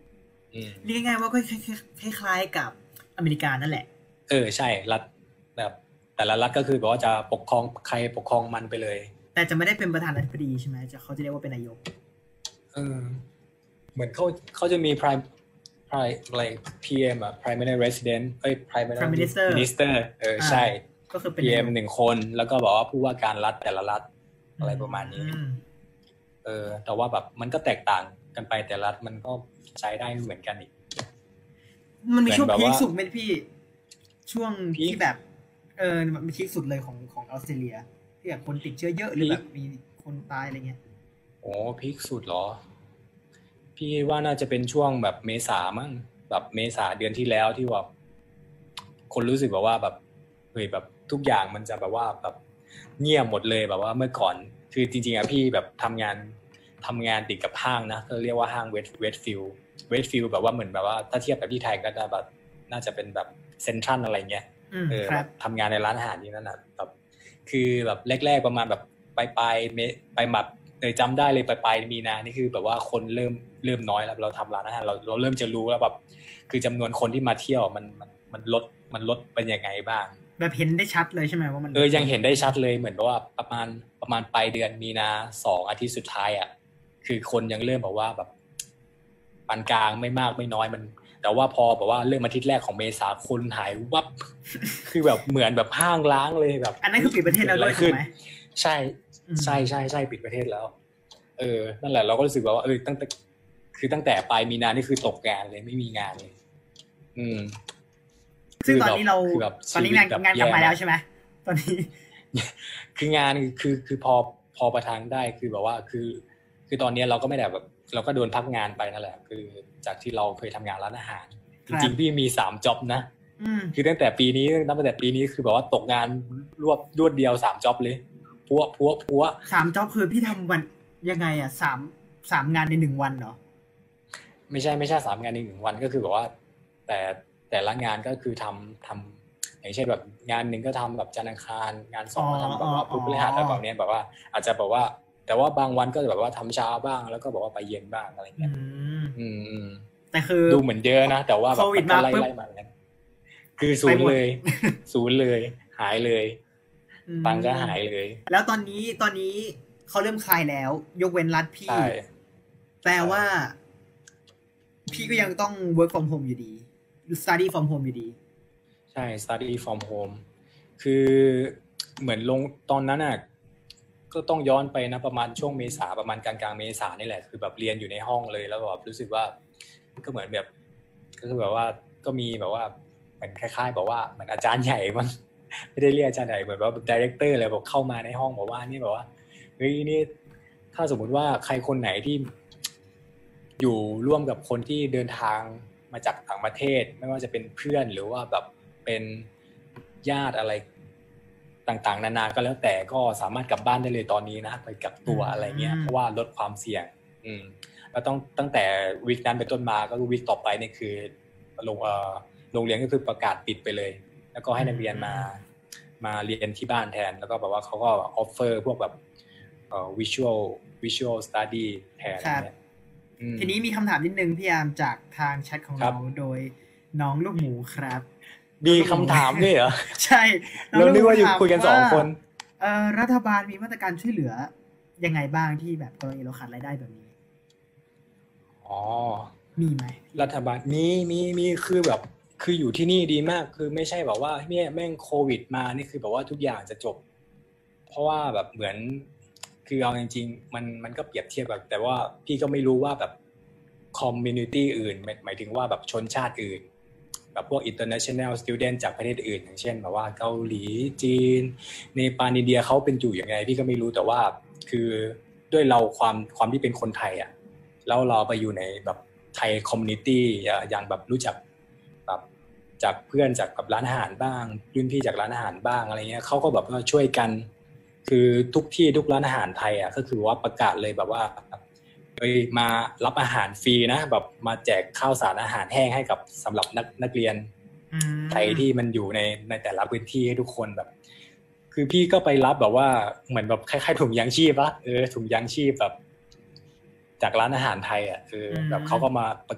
เรียกง่ายๆว่าก็คล้ายๆกับอเมริกานั่นแหละเออใช่รัฐแบบแต่ละรัฐก็คือแบบว่าจะปกครองใครปกครองมันไปเลยแต่จะไม่ได้เป็นประธานาธิบดีใช่ไหมจะเขาจะเรียกว่าเป็นนายกเออเหมือนเขาเขาจะมี prime prime อะไร พี เอ็ม อ่ะ primary resident เอ้ย primary minister เออใช่ก็คือเป็นพี เอ็ม หนึ่งคนแล้วก็บอกว่าผู้ว่าการรัฐแต่ละรัฐอะไรประมาณนี้เออแต่ว่าแบบมันก็แตกต่างกันไปแต่ละรัฐมันก็ใช้ได้เหมือนกันอีกมันมีช่วงพีคสุดไหมพี่ช่วงที่แบบเออมันพีคสุดเลยของของออสเตรเลียที่แบบคนติดเชื้อเยอะหรือแบบมีคนตายอะไรเงี้ยโอ้พีคสุดเหรอพี่ว่าน่าจะเป็นช่วงแบบเมษามั้งแบบเมษาเดือนที่แล้วที่ว่าคนรู้สึกแบบว่าแบบเฮ้ยแบบทุกอย่างมันจะแบบว่าแบบเงียบหมดเลยแบบว่าเมื่อก่อนคือจริงๆอ่ะพี่แบบทำงานทำงานติดกับห้างนะก็เรียกว่าห้างเวสเวสฟิลด์เวสฟิลด์แบบว่าเหมือนแบบว่าถ้าเทียบกับที่ไทยก็จะแบบน่าจะเป็นแบบเซ็นทรัลอะไรเงี้ยเออแบบทำงานในร้านอาหารนี่นั่นน่ะแบบคือแบบแรกๆประมาณแบบปลายปลายไปแบบเลยจำได้เลยปลายปลายมีนานี่คือแบบว่าคนเริ่มเริ่มน้อยแล้วเราทำร้านอาหารเราเราเริ่มจะรู้แล้วแบบคือจำนวนคนที่มาเที่ยวมันมันมันลดมันลดเป็นยังไงบ้างแบบเห็นได้ชัดเลยใช่ไหมว่ามันเออยังเห็นได้ชัดเลยเหมือนว่าประมาณประมาณปลายเดือนมีนาสองอาทิตย์สุดท้ายอ่ะคือคนยังเริ่มบอกว่าแบบปานกลางไม่มากไม่น้อยมันแต่ว่าพอแบบว่าเริ่มอาทิตย์แรกของเมษาคนหายวับคือแบบเหมือนแบบห้างล้างเลยแบบอันนั้นคือปิดประเทศแล้วด้วยถูกไหมใช่ใช่ใช่ใช่ปิดประเทศแล้วเออนั่นแหละเราก็รู้สึกว่าเออตั้งแต่คือตั้งแต่ปลายมีนานี่คือตกงานเลยไม่มีงานเลยอืมซึ่งตอนนี้เราตอนนี้งานงานกลับมาแล้วใช่ไหมตอนนี้คืองานคือคือพอพอประทังได้คือแบบว่าคือคือตอนนี้เราก็ไม่ได้แบบเราก็โดนพักงานไปนั่นแหละคือจากที่เราเคยทำงานร้านอาหารจริงๆพี่มีสามจ็อบนะคือตั้งแต่ปีนี้ตั้งแต่ปีนี้คือแบบว่าตกงานรวบรวดเดียวสามจ็อบเลยพัวพัวพัวสามจ็อบคือพี่ทำวันยังไงอ่ะสามสามงานในหนึ่งวันเหรอไม่ใช่ไม่ใช่สามงานในหนึ่งวันก็คือแบบว่าแต่แต่ละงานก็คือทำทำอย่างเช่นแบบงานหนึ่งก็ทำแบบจันทร์อังคารงานสองก็ทำแบบว่าพุธพฤหัสอะไรแบบนี้แบบว่าอาจจะแบบว่าแต่ว่าบางวันก็แบบว่าทำเช้าบ้างแล้วก็บอกว่าไปเย็นบ้างอะไรเงี้ยอืมแต่คือดูเหมือนเยอะนะแต่ว่าแบบไล่ไล่มาแล้วคือศูนย์เลยศูนย์เลยหายเลยตังก็หายเลยแล้วตอนนี้ตอนนี้เขาเริ่มคลายแล้วยกเว้นรัฐพี่แปลว่าพี่ก็ยังต้อง work from home อยู่ดี study from home อยู่ดีใช่ study from home คือเหมือนลงตอนนั้นน่ะก็ต้องย้อนไปนะประมาณช่วงเมษาประมาณกลางๆเมษานี่แหละคือแบบเรียนอยู่ในห้องเลยแล้วแบบรู้สึกว่าก็เหมือนแบบก็คือแบบว่าก็มีแบบว่าเหมือนคล้ายๆบอกว่าเหมือนอาจารย์ใหญ่มั้งไม่ได้เรียกอาจารย์ใหญ่เหมือนว่าไดเรคเตอร์เลยบอกเข้ามาในห้องบอกว่านี่บอกว่าเฮ้ยนี่ถ้าสมมุติว่าใครคนไหนที่อยู่ร่วมกับคนที่เดินทางมาจากต่างประเทศไม่ว่าจะเป็นเพื่อนหรือว่าแบบเป็นญาติอะไรต่างๆนานาก็แล้วแต่ก็สามารถกลับบ้านได้เลยตอนนี้นะไปกักตัวอะไรเงี้ยเพราะว่าลดความเสี่ยงอืมแล้วต้องตั้งแต่วีคนั้นเป็นต้นมาก็วีคต่อไปนี่คือโรงเอ่อโรงเรียนก็คือประกาศปิดไปเลยแล้วก็ให้นักเรียนมามาเรียนที่บ้านแทนแล้วก็แบบว่าเขาก็ออฟเฟอร์พวกแบบเอ่อ visual visual study แทนเนี่ยทีนี้มีคำถามนิดนึงพี่ยามจากทางแชทของเราโดยน้องลูกหมูครับมีคำถามด้วยเหรอใช่เราคิดว่าอยู่คุยกันสองคนเอ่อรัฐบาลมีมาตรการช่วยเหลือยังไงบ้างที่แบบกรณีเราขาดรายได้แบบนี้อ๋อมีไหมรัฐบาลมีมีมีคือแบบคืออยู่ที่นี่ดีมากคือไม่ใช่แบบว่าเนี่ยแม่งโควิดมานี่คือแบบว่าทุกอย่างจะจบเพราะว่าแบบเหมือนคือเอาจริงๆมันมันก็เปรียบเทียบแบบแต่ว่าพี่ก็ไม่รู้ว่าแบบคอมมูนิตี้อื่นหมายถึงว่าแบบชนชาติอื่นแบบพวก international student จากประเทศอื่นอย่างเช่นแบบว่าเกาหลีจีนเนปาลอินเดียเขาเป็นอยู่ยังไงพี่ก็ไม่รู้แต่ว่าคือด้วยเราความความที่เป็นคนไทยอ่ะแล้วเราไปอยู่ในแบบไทยคอมมูนิตี้อย่างแบบรู้จักแบบจากเพื่อนจากแบบร้านอาหารบ้างรุ่นพี่จากร้านอาหารบ้างอะไรเงี้ยเขาก็แบบว่าช่วยกันคือทุกที่ทุกร้านอาหารไทยอ่ะก็คือว่าประกาศเลยแบบว่าเอ้ยมารับอาหารฟรีนะแบบมาแจกข้าวสารอาหารแห้งให้กับสำหรับนักนักเรียนไทยที่มันอยู่ในในแต่ละพื้นที่ให้ทุกคนแบบคือพี่ก็ไปรับแบบว่าเหมือนแบบคล้ายๆถุงยางชีพปะเออถุงยางชีพแบบจากร้านอาหารไทยอ่ะคือแบบเขาก็มาประกาศ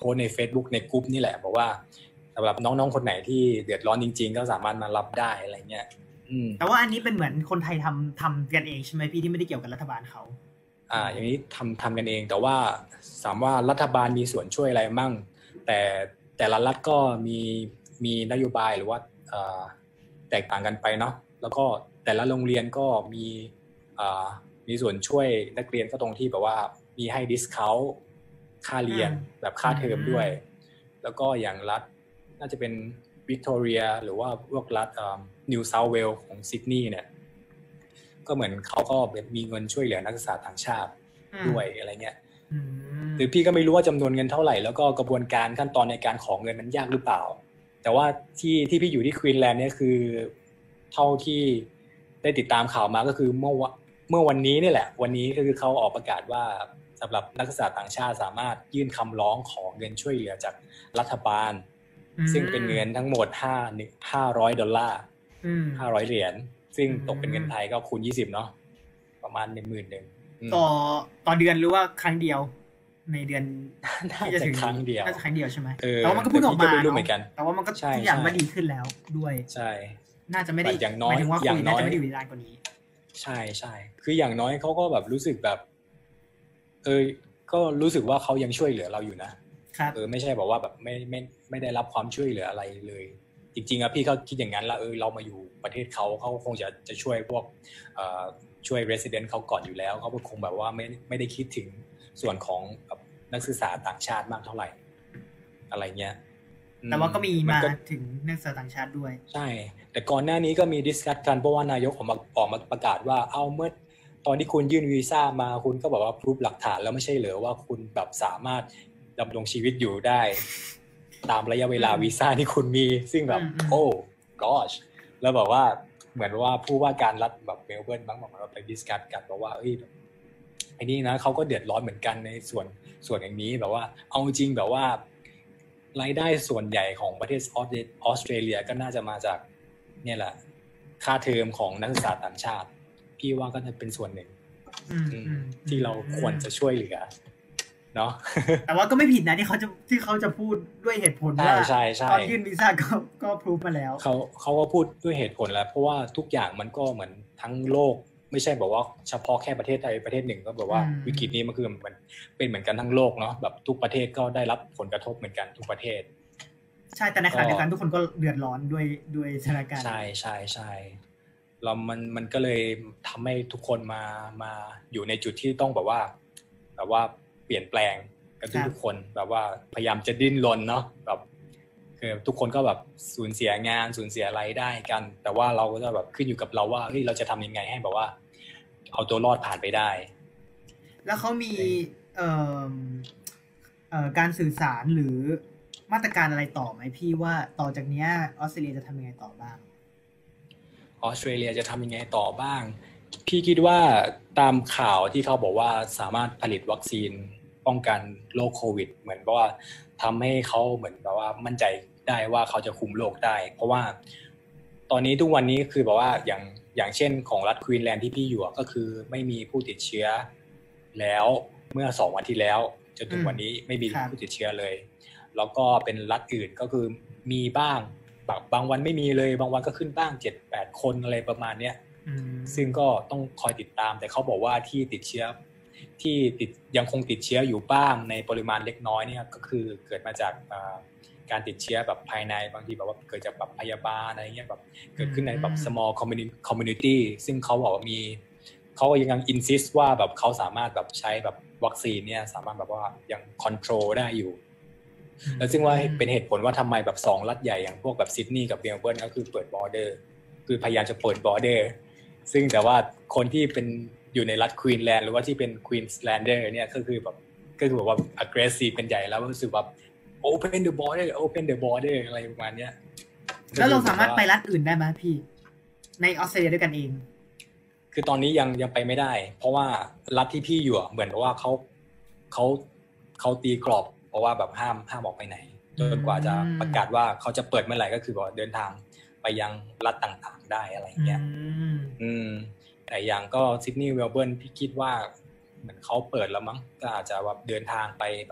พสใน Facebook ในกลุ่มนี่แหละบอกว่าสำหรับน้องๆคนไหนที่เดือดร้อนจริงๆก็สามารถมารับได้อะไรเงี้ยแต่ว่าอันนี้เป็นเหมือนคนไทยทำทำกันเองใช่ไหมพี่ที่ไม่ได้เกี่ยวกับรัฐบาลเขาอ่าอย่างนี้ทำทำกันเองแต่ว่าถามว่ารัฐบาลมีส่วนช่วยอะไรมั่งแต่แต่ละรัฐก็มีมีนโยบายหรือว่าแตกต่างกันไปเนาะแล้วก็แต่ละโรงเรียนก็มีมีส่วนช่วยนักเรียนก็ตรงที่แบบว่ามีให้ดิสเคาท์ค่าเรียนแบบค่าเทอมด้วยแล้วก็อย่างรัฐน่าจะเป็นวิกตอเรียหรือว่าพวกรัฐนิวเซาท์เวลส์ของซิดนีย์เนี่ยก็เหมือนเขาก็มีเงินช่วยเหลือนักศึกษาต่างชาติด้วยอะไรเงี้ยหรือพี่ก็ไม่รู้ว่าจำนวนเงินเท่าไหร่แล้วก็กระบวนการขั้นตอนในการขอเงินมันยากหรือเปล่าแต่ว่าที่ที่พี่อยู่ที่ควีนแลนด์เนี่ยคือเท่าที่ได้ติดตามข่าวมาก็คือเมื่อเมื่อวันนี้นี่แหละวันนี้ก็คือเขาออกประกาศว่าสำหรับนักศึกษาต่างชาติสามารถยื่นคำร้องขอเงินช่วยเหลือจากรัฐบาลซึ่งเป็นเงินทั้งหมดห้า ห้าร้อยดอลลาร์ห้าร้อยเหรียญซึ่งตกเป็นเงินไทยก็คูณยี่สิบเนาะประมาณ หนึ่งหมื่น นึงต่อต่อเดือนหรือว่าครั้งเดียวในเดือนน่าจะครั้งเดียวน่าจะครั้งเดียวใช่ไหมแต่ว่ามันก็พูดออกมาแต่ว่ามันก็ทุกอย่างมันดีขึ้นแล้วด้วยใช่น่าจะไม่ได้อย่างน้อยอย่างน้อยไม่ได้วิจารณ์กว่านี้ใช่ใช่คืออย่างน้อยเขาก็แบบรู้สึกแบบเออก็รู้สึกว่าเขายังช่วยเหลือเราอยู่นะเออไม่ใช่บอกว่าแบบไม่ไม่ไม่ได้รับความช่วยเหลืออะไรเลยจริงๆอ่ะพี่ก็คิดอย่างนั้นละเออเรามาอยู่ประเทศเขาเขาคงจะจะช่วยพวกเอ่อช่วย resident เขาก่อนอยู่แล้วเขาคงแบบว่าไม่ไม่ได้คิดถึงส่วนของนักศึกษาต่างชาติมากเท่าไหร่อะไรเงี้ยแต่ว่าก็มีมาถึงนักศึกษาต่างชาติด้วยใช่แต่ก่อนหน้านี้ก็มีดิสคัสกันเพราะว่านายกออกมาออกมาประกาศว่าเอาเมื่อตอนที่คุณยื่นวีซ่ามาคุณก็บอกว่าพรูฟหลักฐานแล้วไม่ใช่เหรอว่าคุณแบบสามารถดำรงชีวิตอยู่ได้ตามระยะเวลาวีซ่าที่คุณมีซึ่งแบบโอ้ gosh แล้วบอกว่าเหมือนว่าผู้ว่าการรัฐแบบเมลเบิร์นบางบอกว่าไปดิสคัสกันบอกว่าเอ้ยไอ้นี่นะเขาก็เดือดร้อนเหมือนกันในส่วนส่วนอย่างนี้แบบว่าเอาจริงแบบว่ารายได้ส่วนใหญ่ของประเทศออสเตรเลียก็น่าจะมาจากเนี่ยแหละค่าเทอมของนักศึกษาต่างชาติพี่ว่าก็จะเป็นส่วนหนึ่งที่เราควรจะช่วยเหลือเนาะแต่ว่าก็ไม่ผิดนะที่เขาจะที่เขาจะพูดด้วยเหตุผลว่าตอนยื่นวีซ่าก็ก็พรูฟมาแล้วเขาเขาก็พูดด้วยเหตุผลแล้วเพราะว่าทุกอย่างมันก็เหมือนทั้งโลกไม่ใช่บอกว่าเฉพาะแค่ประเทศใดประเทศหนึ่งก็แบบว่าวิกฤตนี้มันคือมันเป็นเหมือนกันทั้งโลกเนาะแบบทุกประเทศก็ได้รับผลกระทบเหมือนกันทุกประเทศใช่แต่ในขณะเดียวกันทุกคนก็เดือดร้อนด้วยด้วยสถานการณ์ใช่ใช่ใช่เรามันมันก็เลยทำให้ทุกคนมามาอยู่ในจุดที่ต้องแบบว่าแบบว่าเปลี่ยนแปลงกันทุกคนแบบว่าพยายามจะดิ้นรนเนาะแบบคือทุกคนก็แบบสูญเสียงานสูญเสียรายได้กันแต่ว่าเราก็จะแบบขึ้นอยู่กับเราว่าเฮ้ยเราจะทำยังไงให้แบบว่าเอาตัวรอดผ่านไปได้แล้วเขามีเอ่อเอ่อการสื่อสารหรือมาตรการอะไรต่อไหมพี่ว่าต่อจากนี้ออสเตรเลียจะทำยังไงต่อบ้างออสเตรเลียจะทำยังไงต่อบ้างพี่คิดว่าตามข่าวที่เขาบอกว่าสามารถผลิตวัคซีนป้องกันโรคโควิดเหมือนว่าทำให้เขาเหมือนแบบว่ามั่นใจได้ว่าเขาจะคุมโรคได้เพราะว่าตอนนี้ทุกวันนี้คือแบบว่าอย่างอย่างเช่นของรัฐควีนแลนด์ที่พี่อยู่ก็คือไม่มีผู้ติดเชื้อแล้วเมื่อสองวันที่แล้วจนถึงวันนี้ไม่มีผู้ติดเชื้อเลยแล้วก็เป็นรัฐอื่นก็คือมีบ้างบางวันไม่มีเลยบางวันก็ขึ้นบ้าง เจ็ดแปด คนอะไรประมาณเนี้ยซึ่งก็ต้องคอยติดตามแต่เขาบอกว่าที่ติดเชื้อที่ติดยังคงติดเชื้ออยู่บ้างในปริมาณเล็กน้อยเนี่ยก็คือเกิดมาจากการติดเชื้อแบบภายในบางทีแบบว่าเกิดจากแบบพยาบาลอะไรเงี้ยแบบเกิดขึ้นในแบบ small community ซึ่งเขาบอกว่ามีเขาก็ยัง insist ว่าแบบเขาสามารถแบบใช้แบบวัคซีนเนี่ยสามารถแบบว่ายัง control ได้อยู่แล้วซึ่งว่าเป็นเหตุผลว่าทำไมแบบสองรัฐใหญ่อย่างพวกแบบซิดนีย์กับเมลเบิร์นก็คือเปิด border คือพยายามจะเปิด border ซึ่งแต่ว่าคนที่เป็นอยู่ในรัฐควีนแลนด์หรือว่าที่เป็นควีนส์แลนเดอร์เนี่ยก็คือแบบก็คือแบบว่า aggressive เป็นใหญ่แล้วรู้สึกแบบ open the border open the border อะไรประมาณเนี้ยแล้วเราสามารถไปรัฐอื่นได้ไหมพี่ในออสเตรเลียด้วยกันเองคือตอนนี้ยังยังไปไม่ได้เพราะว่ารัฐที่พี่อยู่เหมือนว่าเขาเขาเขาตีกรอบเพราะว่าแบบห้ามห้ามออกไปไหนจนกว่าจะประกาศว่าเขาจะเปิดเมื่อไหร่ก็คือว่าเดินทางไปยังรัฐต่างๆได้อะไรเงี้ยอืมแต่อย่างก็ซิดนีย์เมลเบิร์นพี่คิดว่าเหมือนเขาเปิดแล้วมั้งก็อาจจะแบบเดินทางไปแบบ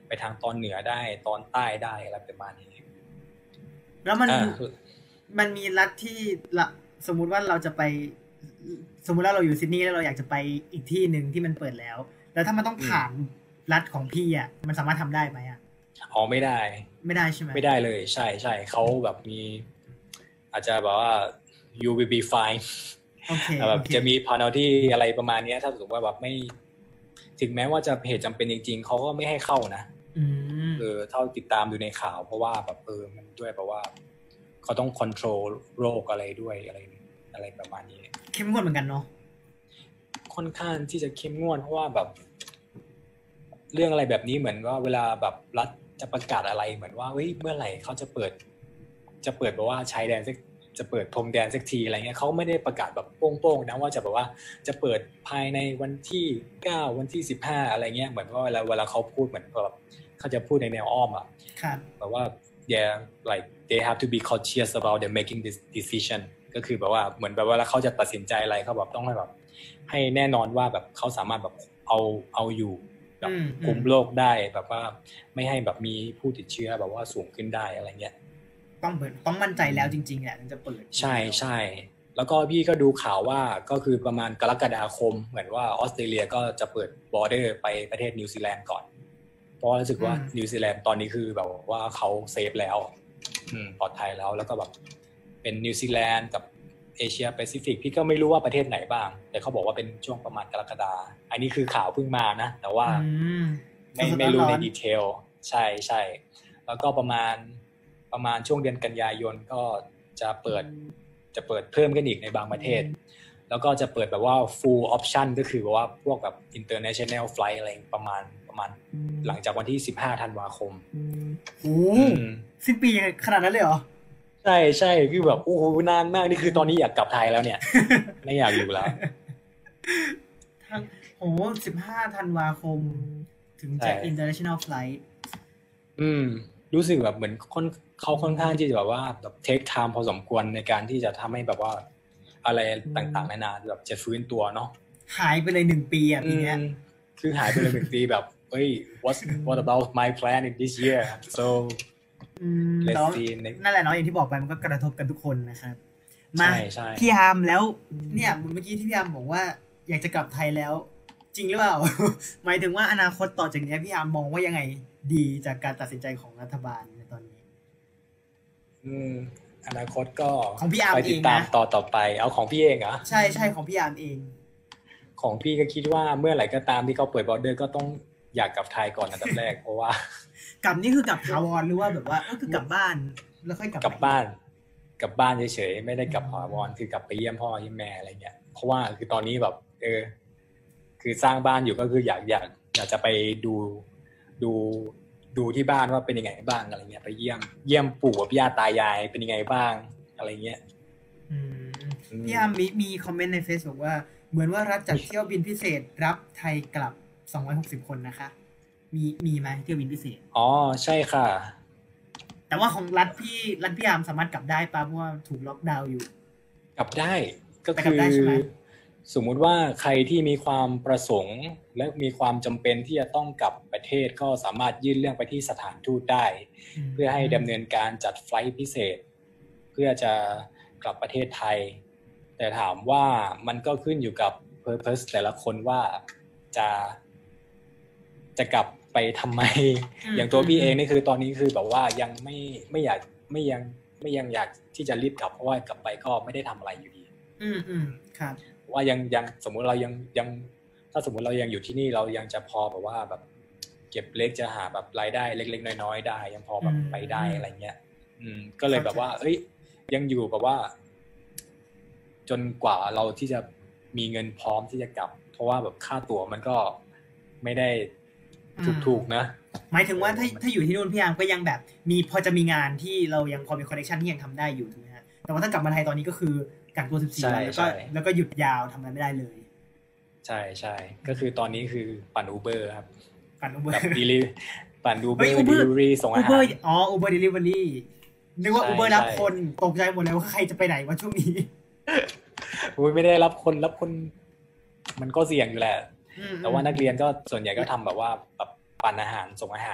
ไปทางตอนเหนือได้ตอนใต้ได้อะไรประมาณนี้แล้วมันมันมีรัฐที่ละสมมุติว่าเราจะไปสมมุติว่าเราอยู่ซิดนีย์แล้วเราอยากจะไปอีกที่นึงที่มันเปิดแล้วแล้วถ้ามันต้องผ่านรัฐของพี่อ่ะมันสามารถทำได้ไหมอ่ะอ๋อไม่ได้ไม่ได้ใช่ไหมไม่ได้เลยใช่ใช่เขาแบบมีอาจจะแบบว่า you will be fine โอเคแบบจะมี penalty อะไรประมาณนี้ถ้าสมมติว่าแบบไม่ถึงแม้ว่าจะเหตุจำเป็นจริงๆเขาก็ไม่ให้เข้านะเออเท่าติดตามดูในข่าวเพราะว่าแบบเออมันด้วยแบบว่าเขาต้อง control โรคอะไรด้วยอะไรอะไรประมาณนี้เข้มงวดเหมือนกันเนาะค่อนข้างที่จะเข้มงวดเพราะว่าแบบเรื่องอะไรแบบนี้เหมือนว่าเวลาแบบรัฐจะประกาศอะไรเหมือนว่าเฮ้ยเมื่อไหร่เขาจะเปิดจะเปิดแบบว่าชายแดนจะเปิดพรมแดนสักทีอะไรเงี้ยเขาไม่ได้ประกาศแบบโป้งๆนะว่าจะแบบว่าจะเปิดภายในวันที่เก้าวันที่สิบห้าอะไรเงี้ยเหมือนว่าเวลาเวลาเขาพูดเหมือนแบบเขาจะพูดในแนวอ้อมอ่ะครับแบบว่า yeah like they have to be cautious about the making this decision ก็คือแบบว่าเหมือนแบบว่าเขาจะตัดสินใจอะไรเขาแบบต้องให้แบบให้แน่นอนว่าแบบเขาสามารถแบบเอาเอาอยู่แบบคุมโรคได้แบบว่าไม่ให้แบบมีผู้ติดเชื้อแบบว่าสูงขึ้นได้อะไรเงี้ยต้องเปิดต้องมั่นใจแล้วจริงๆแหละถึงจะเปิดใช่ใช่แล้วก็พี่ก็ดูข่าวว่าก็คือประมาณกรกฎาคมเหมือนว่าออสเตรเลียก็จะเปิดบอร์เดอร์ไปประเทศนิวซีแลนด์ก่อนเพราะรู้สึกว่านิวซีแลนด์ตอนนี้คือแบบว่าเขาเซฟแล้วอืมปลอดภัยแล้วแล้วก็แบบเป็นนิวซีแลนด์กับเอเชียแปซิฟิกพี่ก็ไม่รู้ว่าประเทศไหนบ้างแต่เขาบอกว่าเป็นช่วงประมาณกรกฎาอันนี้คือข่าวเพิ่งมานะแต่ว่าไม่ไม่รู้ในดีเทลใช่ใช่แล้วก็ประมาณประมาณช่วงเดือนกันยายนก็จะเปิดจะเปิดเพิ่มกันอีกในบางประเทศแล้วก็จะเปิดแบบว่า full option ก็คือแบบว่าพวกแบบ international flight อะไรประมาณประมาณหลังจากวันที่สิบห้าธันวาคมโอ้สิ้นปีขนาดนั้นเลยเหรอใช่ใช่คือแบบโอ้โหนานมากนี่คือตอนนี้อยากกลับไทยแล้วเนี่ยไม่อยากอยู่แล้วทั้งโอ้สิบห้าธันวาคมถึงจะ international flight อืมรู้สึกแบบเหมือนค่อนเขาค่อนข้างที่จะแบบว่าแบบ take time พอสมควรในการที่จะทำให้แบบว่าอะไรต่างๆนานาแบบจะฟื้นตัวเนาะหายไปเลยหนึ่งปีอ่ะปีนี้คือหายไปเลยหนึ่งปีแบบเฮ้ย what what about my plan in this year so let's see นั่นแหละเนาะอย่างที่บอกไปมันก็กระทบกันทุกคนนะครับมาพี่ฮามแล้วเนี่ยเมื่อกี้ที่พี่ฮามบอกว่าอยากจะกลับไทยแล้วจริงหรือเปล่าหมายถึงว่าอนาคตต่อจากนี้พี่ฮามมองว่ายังไงดีจากการตัดสินใจของรัฐบาลในตอนนี้อืมอนาคตก็ของพี่อาร์มเองนะติดตามต่อต่อไปเอาของพี่เองเหรอใช่ใช่ของพี่อาร์มเองของพี่ก็คิดว่าเมื่อไหร่ก็ตามที่เขาเปิดบอร์เดอร์ก็ต้องอยากกลับไทยก่อนอันดับแรกเพราะว่ากลับนี่คือกลับถาวรหรือว่าแบบว่าก็คือกลับบ้านแล้วค่อยกลับกลับบ้านกลับบ้านเฉยๆไม่ได้กลับถาวรคือกลับไปเยี่ยมพ่อเยี่ยมแม่อะไรเงี้ยเพราะว่าคือตอนนี้แบบเออคือสร้างบ้านอยู่ก็คืออยากอยากอยากจะไปดูดูดูที่บ้านว่าเป็นยังไงบ้างอะไรเงี้ยไปเยี่ยมเยี่ยมปู่กับย่าตายายเป็นยังไงบ้างอะไรเงี้ยพี่อาร์มมีมีคอมเมนต์ใน Facebook ว่าเหมือนว่ารัฐจัดเที่ยวบินพิเศษรับไทยกลับสองร้อยหกสิบคนนะคะมีมีไหมเที่ยวบินพิเศษอ๋อใช่ค่ะแต่ว่าของรัฐพี่รัฐพี่อาร์มสามารถกลับได้ป่ะเพราะว่าถูกล็อกดาวน์อยู่กลับได้ก็คือสมมุติว่าใครที่มีความประสงค์และมีความจำเป็นที่จะต้องกลับประเทศก็สามารถยื่นเรื่องไปที่สถานทูตได้เพื่อให้ดำเนินการจัดไฟลท์พิเศษเพื่อจะกลับประเทศไทยแต่ถามว่ามันก็ขึ้นอยู่กับ purpose แต่ละคนว่าจะจะกลับไปทำไมอย่างตัวพี่เองนี่คือตอนนี้คือแบบว่ายังไม่ไม่อยากไม่ยังไม่ยังอยากที่จะรีบกลับเพราะว่ากลับไปก็ไม่ได้ทำอะไรอยู่ดีอืมอืมครับว่ายังยังสมมุติเรายังยังถ้าสมมุติเรายังอยู่ที่นี่เรายังจะพอแบบว่าแบบเก็บเล็กจะหาแบบรายได้เล็กๆน้อยๆได้ยังพอแบบไปได้อะไรเงี้ยอืมก็เลยแบบว่าเอ้ยยังอยู่แบบว่าจนกว่าเราที่จะมีเงินพร้อมที่จะกลับเพราะว่าแบบค่าตั๋วมันก็ไม่ได้ถูกๆนะหมายถึงว่าถ้าถ้าอยู่ที่นู่นพี่อาร์มก็ยังแบบมีพอจะมีงานที่เรายังพอมีคอนเนคชั่นที่ยังทำได้อยู่ถูกไหมฮะแต่ว่าถ้ากลับมาไทยตอนนี้ก็คือกักตัวสิบสี่วันแล้วก็แล้วก็หยุดยาวทำงานไม่ได้เลยใช่ใช่ก็คือตอนนี้คือปั่น Uber ครับปั่น Uber กับ Delivery ปั่น Uber Delivery ส่งอาหาร Uber อ๋อ Uber Delivery นึกว่า Uber รับคนตกใจหมดเลยว่าใครจะไปไหนวะช่วงนี้อุ๊ยไม่ได้รับคนรับคนมันก็เสี่ยงอยู่แหละแต่ว่านักเรียนก็ส่วนใหญ่ก็ทำแบบว่าแบบปั่นอาหารส่งอาหาร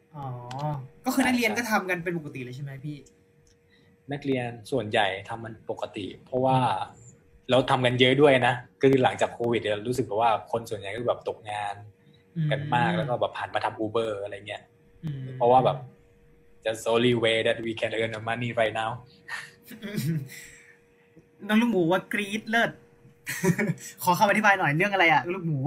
อ๋อก็คือนักเรียนก็ทำกันเป็นปกติเลยใช่ไหมพี่นักเรียนส่วนใหญ่ทำมันปกติเพราะว่าเราทำกันเยอะด้วยนะคือหลังจากโควิดเรารู้สึกว่าคนส่วนใหญ่ก็แบบตกงานกันมากแล้วก็แบบผ่านมาทำ Uber อะไรเงี้ยเพราะว่าแบบ just only way that we can earn money right now น้องลูกหมูว่ากรี๊ดเลิศขอคำอธิบายหน่อยเรื่องอะไรอ่ะลูกหมู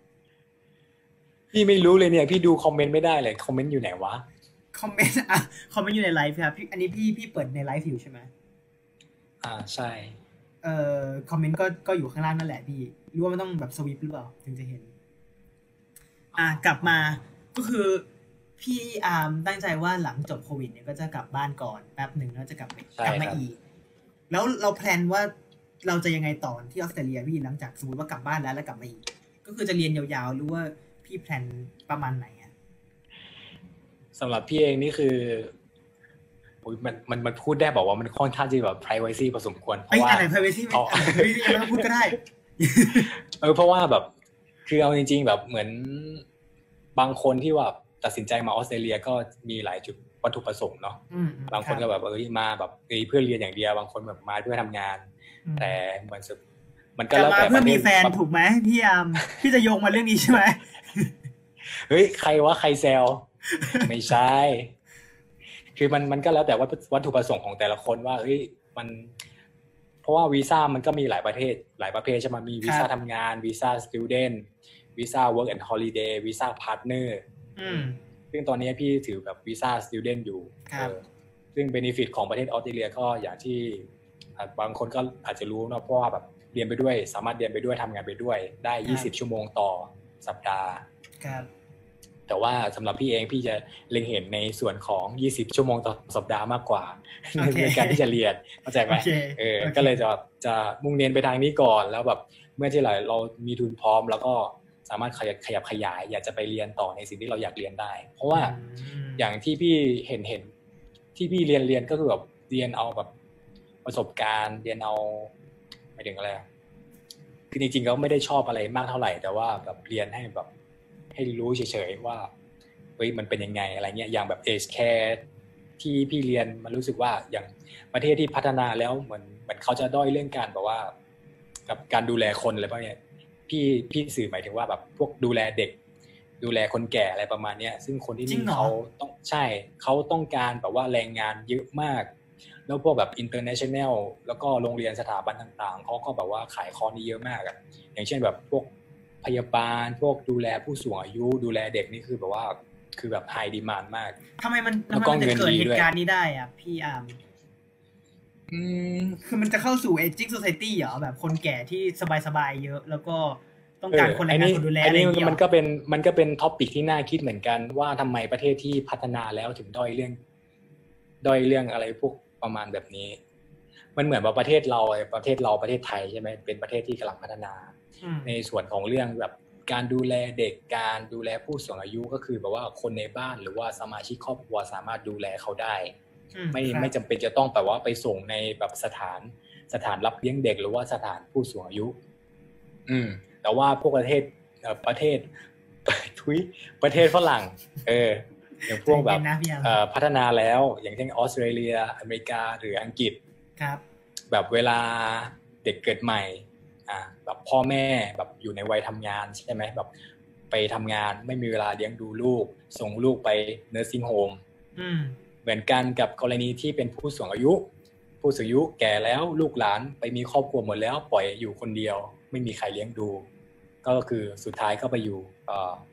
พี่ไม่รู้เลยเนี่ยพี่ดูคอมเมนต์ไม่ได้เลยคอมเมนต์อยู่ไหนวะคอมเมนต์อ่ะคอมเมนต์อยู่ในไลฟ์ครับพี่อันนี้พี่พี่เปิดในไลฟ์อยู่ใช่ไหมอ่าใช่เอ่อคอมเมนต์ก็ก็อยู่ข้างล่างนั่นแหละพี่รู้ว่ามันต้องแบบสวิปหรือเปล่าถึงจะเห็นอ่ะกลับมาก็คือพี่อาร์มตั้งใจว่าหลังจบโควิดเนี่ยก็จะกลับบ้านก่อนแป๊บหนึ่งแล้วจะกลับกลับมาอีกแล้วเราแพลนว่าเราจะยังไงต่อที่ออสเตรเลียพี่หลังจากสมมติว่ากลับบ้านแล้วแล้วกลับมาอีกก็คือจะเรียนยาวๆหรือว่าพี่แพลนประมาณไหนอ่ะสำหรับพี่เองนี่คือมันมันมันพูดได้บอกว่ามันค่อนข้างจะแบบ privacy พอสมควรเพราะว่าอะไร privacy ไม่ไม่ต้องพูดก็ได้เออเพราะว่าแบบคือเอาจริงๆแบบเหมือนบางคนที่ว่าตัดสินใจมาออสเตรเลียก็มีหลายจุดวัตถุประสงค์เนาะบางคนก็แบบเออมาแบบเพื่อเรียนอย่างเดียวบางคนแบบมาเพื่อทำงานแต่เหมือนมันก็แล้วแต่เพื่อมีแฟนถูกไหมพี่ยามพี่จะโยงมาเรื่องนี้ใช่ไหมเฮ้ยใครวะใครแซวไม่ใช่คือมันมันก็แล้วแต่ว่าวัตถุประสงค์ของแต่ละคนว่าเฮ้ยมันเพราะว่าวีซ่ามันก็มีหลายประเทศหลายประเภทใช่ไหมมีวีซ่าทำงานวีซ่าสตูเดนต์วีซ่าเวิร์กแอนด์ฮอลิเดย์วีซ่าพาร์ทเนอร์ซึ่งตอนนี้พี่ถือแบบวีซ่าสตูเดนต์อยู่ซึ่งเบเนฟิตของประเทศออสเตรเลียก็อย่างที่บางคนก็อาจจะรู้นะเพราะว่าแบบเรียนไปด้วยสามารถเรียนไปด้วยทำงานไปด้วยได้ยี่สิบชั่วโมงต่อสัปดาห์แต่ว่าสำหรับพี่เองพี่จะเล็งเห็นในส่วนของยี่สิบชั่วโมงต่อสัปดาห์มากกว่า okay. ในการที่จะเรียนเข้าใจไหม okay. เออ okay. ก็เลยจะจะมุ่งเน้นไปทางนี้ก่อนแล้วแบบเมื่อที่เราเรามีทุนพร้อมแล้วก็สามารถขยับขยับขยายอยากจะไปเรียนต่อในสิ่งที่เราอยากเรียนได้เพราะว่า mm. อย่างที่พี่เห็นเห็นที่พี่เรียนเรียนก็คือแบบเรียนเอาแบบประสบการณ์เรียนเอาหมายถึงอะไรคือจริงๆก็ไม่ได้ชอบอะไรมากเท่าไหร่แต่ว่าแบบเรียนให้แบบให้รู้เฉยๆว่าเฮ้ยมันเป็นยังไงอะไรเงี้ยอย่างแบบ Age Care ที่พี่เรียนมันรู้สึกว่าอย่างประเทศที่พัฒนาแล้วเหมือนเหมือนเขาจะด้อยเรื่องการแบบว่ากับการดูแลคนอะไรพวกเนี้ยพี่พี่สื่อหมายถึงว่าแบบพวกดูแลเด็กดูแลคนแก่อะไรประมาณเนี้ยซึ่งคนที่นี่เขาต้องใช่เขาต้องการแบบว่าแรงงานเยอะมากแล้วพวกแบบ international แล้วก็โรงเรียนสถาบันต่างๆเขาก็แบบว่าขายคอร์สนี้เยอะมากอ่ะอย่างเช่นแบบพวกพยาบาลพวกดูแลผู้สูงอายุดูแลเด็กนี่คือแบบว่าคือแบบไฮดีมานด์มากทำไมมันทำไมมันจะเกิดเหตุการณ์นี้ได้อ่ะพี่อาร์มอืมคือมันจะเข้าสู่ aging society เหรอแบบคนแก่ที่สบายๆเยอะแล้วก็ต้องการคนแรงงานคนดูแลอะไรอย่างเงี้ยมันก็เป็นมันก็เป็นท็อปิกที่น่าคิดเหมือนกันว่าทำไมประเทศที่พัฒนาแล้วถึงด้อยเรื่องด้อยเรื่องอะไรพวกประมาณแบบนี้มันเหมือนว่าประเทศเราประเทศเราประเทศไทยใช่ไหมเป็นประเทศที่กำลังพัฒนาในส่วนของเรื่องแบบการดูแลเด็กการดูแลผู้สูงอายุก็คือแบบว่าคนในบ้านหรือว่าสมาชิกครอบครัวสามารถดูแลเขาได้ไม่ไม่จำเป็นจะต้องแบบว่าไปส่งในแบบสถานสถานรับเลี้ยงเด็กหรือว่าสถานผู้สูงอายุอืมแต่ว่าพวกประเทศประเทศทุยประเทศฝรั่งเอออย่างพวกแบบพัฒนาแล้วอย่างเช่นออสเตรเลียอเมริกาหรืออังกฤษครับแบบเวลาเด็กเกิดใหม่อ่าแบบพ่อแม่แบบอยู่ในวัยทำงานใช่ไหมแบบไปทำงานไม่มีเวลาเลี้ยงดูลูกส่งลูกไปเนอร์ซิ่งโฮมเหมือนกันกับกรณีที่เป็นผู้สูงอายุผู้สูงอายุแก่แล้วลูกหลานไปมีครอบครัวหมดแล้วปล่อยอยู่คนเดียวไม่มีใครเลี้ยงดูก็คือสุดท้ายก็ไปอยู่เอ่อ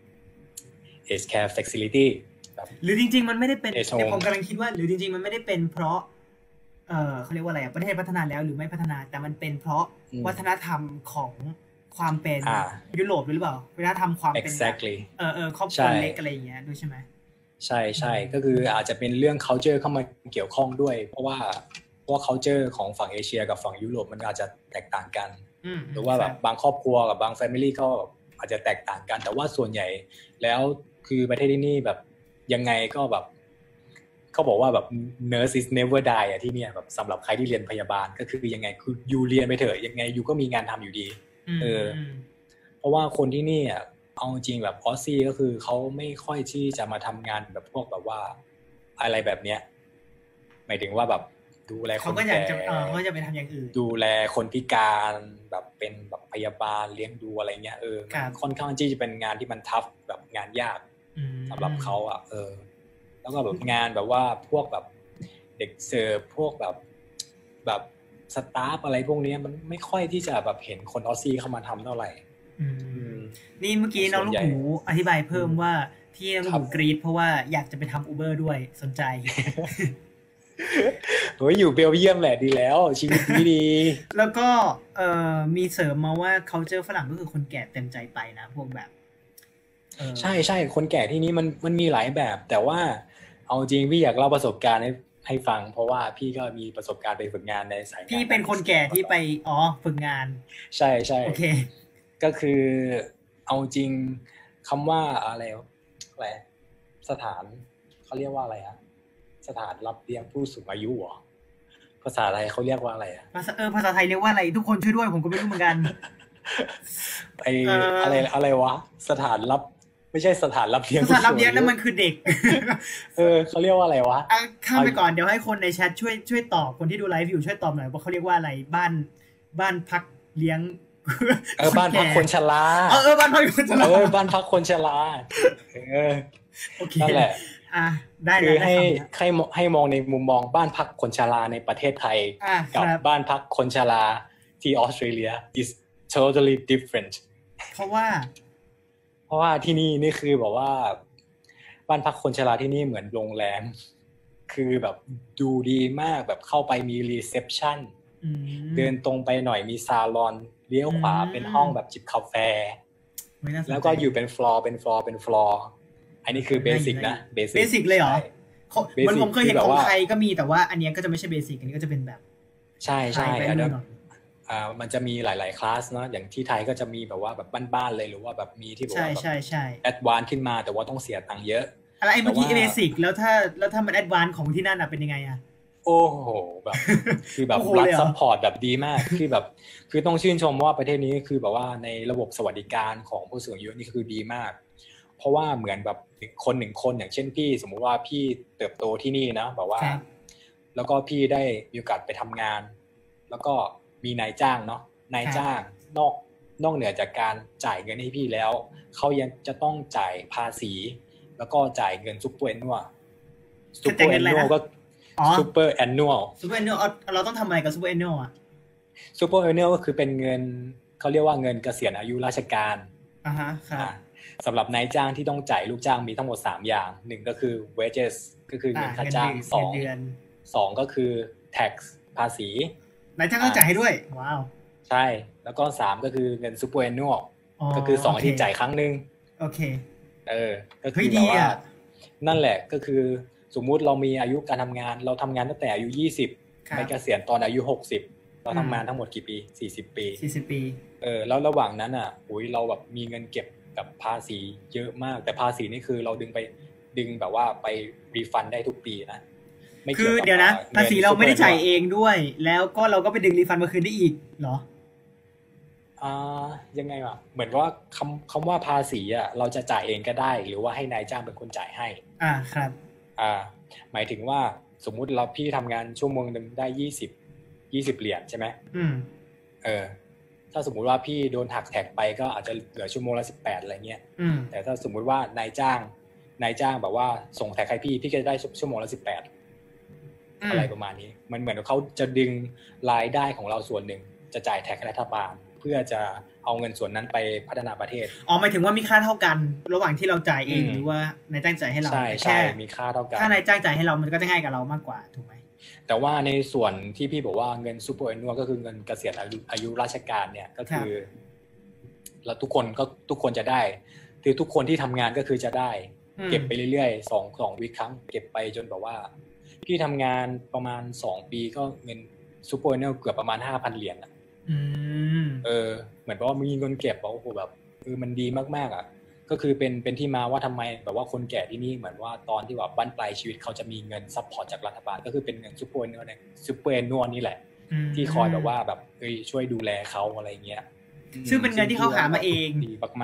Age Care Facility หรือจริงๆมันไม่ได้เป็นแต่ผมกำลังคิดว่าหรือจริงๆมันไม่ได้เป็นเพราะเอ่อเขาเรียกว่าอะไรอ่ะประเทศพัฒนาแล้วหรือไม่พัฒนาแต่มันเป็นเพราะวัฒนธรรมของความเป็นยุโรปหรือเปล่าวัฒนธรรมความเป็น exactly เออเออครอบครัวเล็กอะไรอย่างเงี้ยด้วยใช่ไหมใช่ใช่ก็คืออาจจะเป็นเรื่อง culture เข้ามาเกี่ยวข้องด้วยเพราะว่าเพราะว่า culture ของฝั่งเอเชียกับฝั่งยุโรปมันอาจจะแตกต่างกันหรือว่าแบบบางครอบครัวกับบาง family ก็อาจจะแตกต่างกันแต่ว่าส่วนใหญ่แล้วคือประเทศที่นี่แบบยังไงก็แบบเขาบอกว่าแบบ nurse is never die อ่ะที่เนี่ยแบบสำหรับใครที่เรียนพยาบาลก็คือยังไงคือยูเรียนไปเถอะยังไงยูก็มีงานทำอยู่ดีเออเพราะว่าคนที่นี่อ่ะเอาจริงแบบออสซี่ก็คือเขาไม่ค่อยที่จะมาทำงานแบบพวกแบบว่าอะไรแบบเนี้ยหมายถึงว่าแบบดูแลคนแก่เขาก็จะไปทำอย่างอื่นดูแลคนพิการแบบเป็นแบบพยาบาลเลี้ยงดูอะไรเงี้ยเออค่อนข้างที่จะเป็นงานที่มันทัฟแบบงานยากสำหรับเขาอ่ะเออแล้วก็แบบงานแบบว่าพวกแบบเด็กเสิร์ฟพวกแบบแบบสตาฟอะไรพวกนี้มันไม่ค่อยที่จะแบบเห็นคนออสซี่เข้ามาทำเท่าไหร่นี่เมื่อกี้น้องลูกหมูอธิบายเพิ่มว่าที่น้องลูกหมูกรี๊ดเพราะว่าอยากจะไปทำอูเบอร์ด้วยสนใจโอ้ยอยู่เบลเยียมแหละดีแล้วชีวิตดีดีแล้วก็เอ่อมีเสริมมาว่า culture ฝรั่งก็คือคนแก่เต็มใจไปนะพวกแบบใช่ใช่คนแก่ที่นี้มันมันมีหลายแบบแต่ว่าเอาจริงพี่อยากเล่าประสบการณ์ให้ให้ฟังเพราะว่าพี่ก็มีประสบการณ์ไปฝึกงานในสายงานพี่เป็นคนแก่ที่ไปอ๋อฝึกงานใช่ใช่โอเคก็คือเอาจริงคำว่าอะไรอะไรสถานเขาเรียกว่าอะไรอะสถานรับเลี้ยงผู้สูงอายุเหรอภาษาไทยเขาเรียกว่าอะไรอะภาษาเออภาษาไทยเรียกว่าอะไรทุกคนช่วยด้วยผมก็ไม่รู้เหมือนกันไออะไรอะไรวะสถานรับไม่ใช่สถานรับเลี้ยงสถานรับเลี้ยงนั่นมันคือเด็กเออเขาเรียกว่าอะไรวะอ่ะข้ามไปก่อนเดี๋ยวให้คนในแชทช่วยช่วยตอบคนที่ดูไลฟ์อยู่ช่วยตอบหน่อยว่าเขาเรียกว่าอะไรบ้านบ้านพักเลี้ยงเออบ้านพักคนชราเออบ้านพักคนชราเออบ้านพักคนชราเออโอเคนั่นแหละอ่ะได้คือให้ให้ให้มองในมุมมองบ้านพักคนชราในประเทศไทยกับบ้านพักคนชราที่ออสเตรเลีย is totally different เพราะว่าเพราะว่าที่นี่นี่คือแบบว่าบ้านพักคนชราที่นี่เหมือนโรงแรมคือแบบดูดีมากแบบเข้าไปมีรีเซพชันเดินตรงไปหน่อยมีซาลอนเลี้ยวขวาเป็นห้องแบบจิบกาแฟแล้วก็อยู่เป็นฟลอร์เป็นฟลอร์เป็นฟลอร์อันนี้คือเบสิกนะเบสิกเบสิกเลยเหรอมันผมเคยเห็นของไทยก็มีแต่ว่าอันนี้ก็จะไม่ใช่เบสิกอันนี้ก็จะเป็นแบบใช่ใช่อันนี้อ่ามันจะมีหลายๆคลาสเนาะอย่างที่ไทยก็จะมีแบบว่าแบบบ้านๆเลยหรือว่าแบบมีที่แบบว่าแอดวานซ์ขึ้นมาแต่ว่าต้องเสียตังค์เยอะอะไรเมื่อกี้เบสิกแล้วถ้าแล้วถ้ามันแอดวานซ์ของที่นั่นน่ะเป็นยังไงอ่ะโอ้โหแบบคือแบบรัฐซัพพอร์ตแบบดีมากคือแบบคือต้องชื่นชมว่าประเทศนี้คือแบบว่าในระบบสวัสดิการของผู้สูงอายุนี่คือดีมากเพราะว่าเหมือนแบบคนหนึ่งคนอย่างเช่นพี่สมมุติว่าพี่เติบโตที่นี่นะแบบว่าแล้วก็พี่ได้มีโอกาสไปทำงานแล้วก็มีนายจ้างเนาะนายจ้างนอกนอกเหนือจากการจ่ายเงินให้พี่แล้วเขายังจะต้องจ่ายภาษีแล้วก็จ่ายเงินซุปเปอร์แอนนัวซุปเปอร์แอนนัวก็ซุปเปอร์แอนนัวซุปเปอร์แอนนัวเราต้องทำอะไรกับซุปเปอร์แอนนัวอ่ะซุปเปอร์แอนนัวก็คือเป็นเงินเขาเรียกว่าเงินเกษียณอายุราชการอ่าฮะครับสำหรับนายจ้างที่ต้องจ่ายลูกจ้างมีทั้งหมดสามอย่างหนึ่งก็คือ wages ก็คือเงินค่าจ้างสอง สองก็คือ tax ภาษีนายจ้างต้องจ่ายให้ด้วยว้าวใช่แล้วก็สามก็คือเงินซุปเปอร์แอนนัวก็คือสองอาทิตย์จ่ายครั้งนึงโอเคเออก็คือแบบว่านั่นแหละก็คือสมมุติเรามีอายุการทำงานเราทำงานตั้งแต่อายุยี่สิบไปเกษียณตอนอายุหกสิบเราทำงานทั้งหมดกี่ปีสี่สิบปีสี่สิบปีเออแล้วระหว่างนั้นอ่ะโอ้ยเราแบบมีเงินเก็บกับภาษีเยอะมากแต่ภาษีนี่คือเราดึงไปดึงแบบว่าไปรีฟันได้ทุกปีนะไม่คือเดี๋ยวนะภาษีเราไม่ได้จ่ายเองด้วยแล้วก็เราก็ไปดึงรีฟันมาคืนได้อีกเหรออ่ายังไงวะเหมือนว่าคำคำว่าภาษีอ่ะเราจะจ่ายเองก็ได้หรือว่าให้นายจ้างเป็นคนจ่ายให้อ่าครับอ่าหมายถึงว่าสมมุติเราพี่ทำงานชั่วโมงนึงได้ยี่สิบ ยี่สิบเหรียญใช่ไหมอืมเออถ้าสมมุติว่าพี่โดนหักแท็กไปก็อาจจะเหลือชั่วโมงละสิบแปดอะไรเงี้ยแต่ถ้าสมมุติว่านายจ้างนายจ้างแบบว่าส่งแท็กให้พี่พี่ก็จะได้ชั่วโมงละสิบแปดอะไรประมาณนี้มันเหมือนเขาจะดึงรายได้ของเราส่วนหนึ่งจะจ่ายแท็กรัฐบาลเพื่อจะเอาเงินส่วนนั้นไปพัฒนาประเทศอ๋อหมายถึงว่ามีค่าเท่ากันระหว่างที่เราจ่ายเองหรือว่านายจ้างจ่ายให้เราใช่ใช่มีค่าเท่ากันถ้านายจ้างจ่ายให้เรามันก็จะง่ายกับเรามากกว่าถูกไหมแต่ว่าในส่วนที่พี่บอกว่าเงินซูเปอร์แอนนัวก็คือเงินเกษียณอายุราชการเนี่ยก็คือเราทุกคนก็ทุกคนจะได้คือทุกคนที่ทำงานก็คือจะได้เก็บไปเรื่อยๆสอง สองวีคครั้งเก็บไปจนแบบว่าพี่ทำงานประมาณสองปีก็เงินซูเปอร์แอนนัวเกือบประมาณ ห้าพัน เหรียญอ่ะอืมเออเหมือนว่ามีเงินเก็บโอ้โหแบบคือมันดีมากๆอ่ะก็คือเป็นเป็นที่มาว่าทำไมแบบว่าคนแก่ที่นี่เหมือนว่าตอนที่ว่าบั้นปลายชีวิตเขาจะมีเงินซัพพอร์ตจากรัฐบาลก็คือเป็นเงินซูเปอร์แอนนัวเนี่ยซูเปอร์แอนนัวนี่แหละที่คอยแบบว่าแบบเอ้ยช่วยดูแลเขาอะไรเงี้ยซึ่งเป็นเงินที่เขาหามาเองดีมาก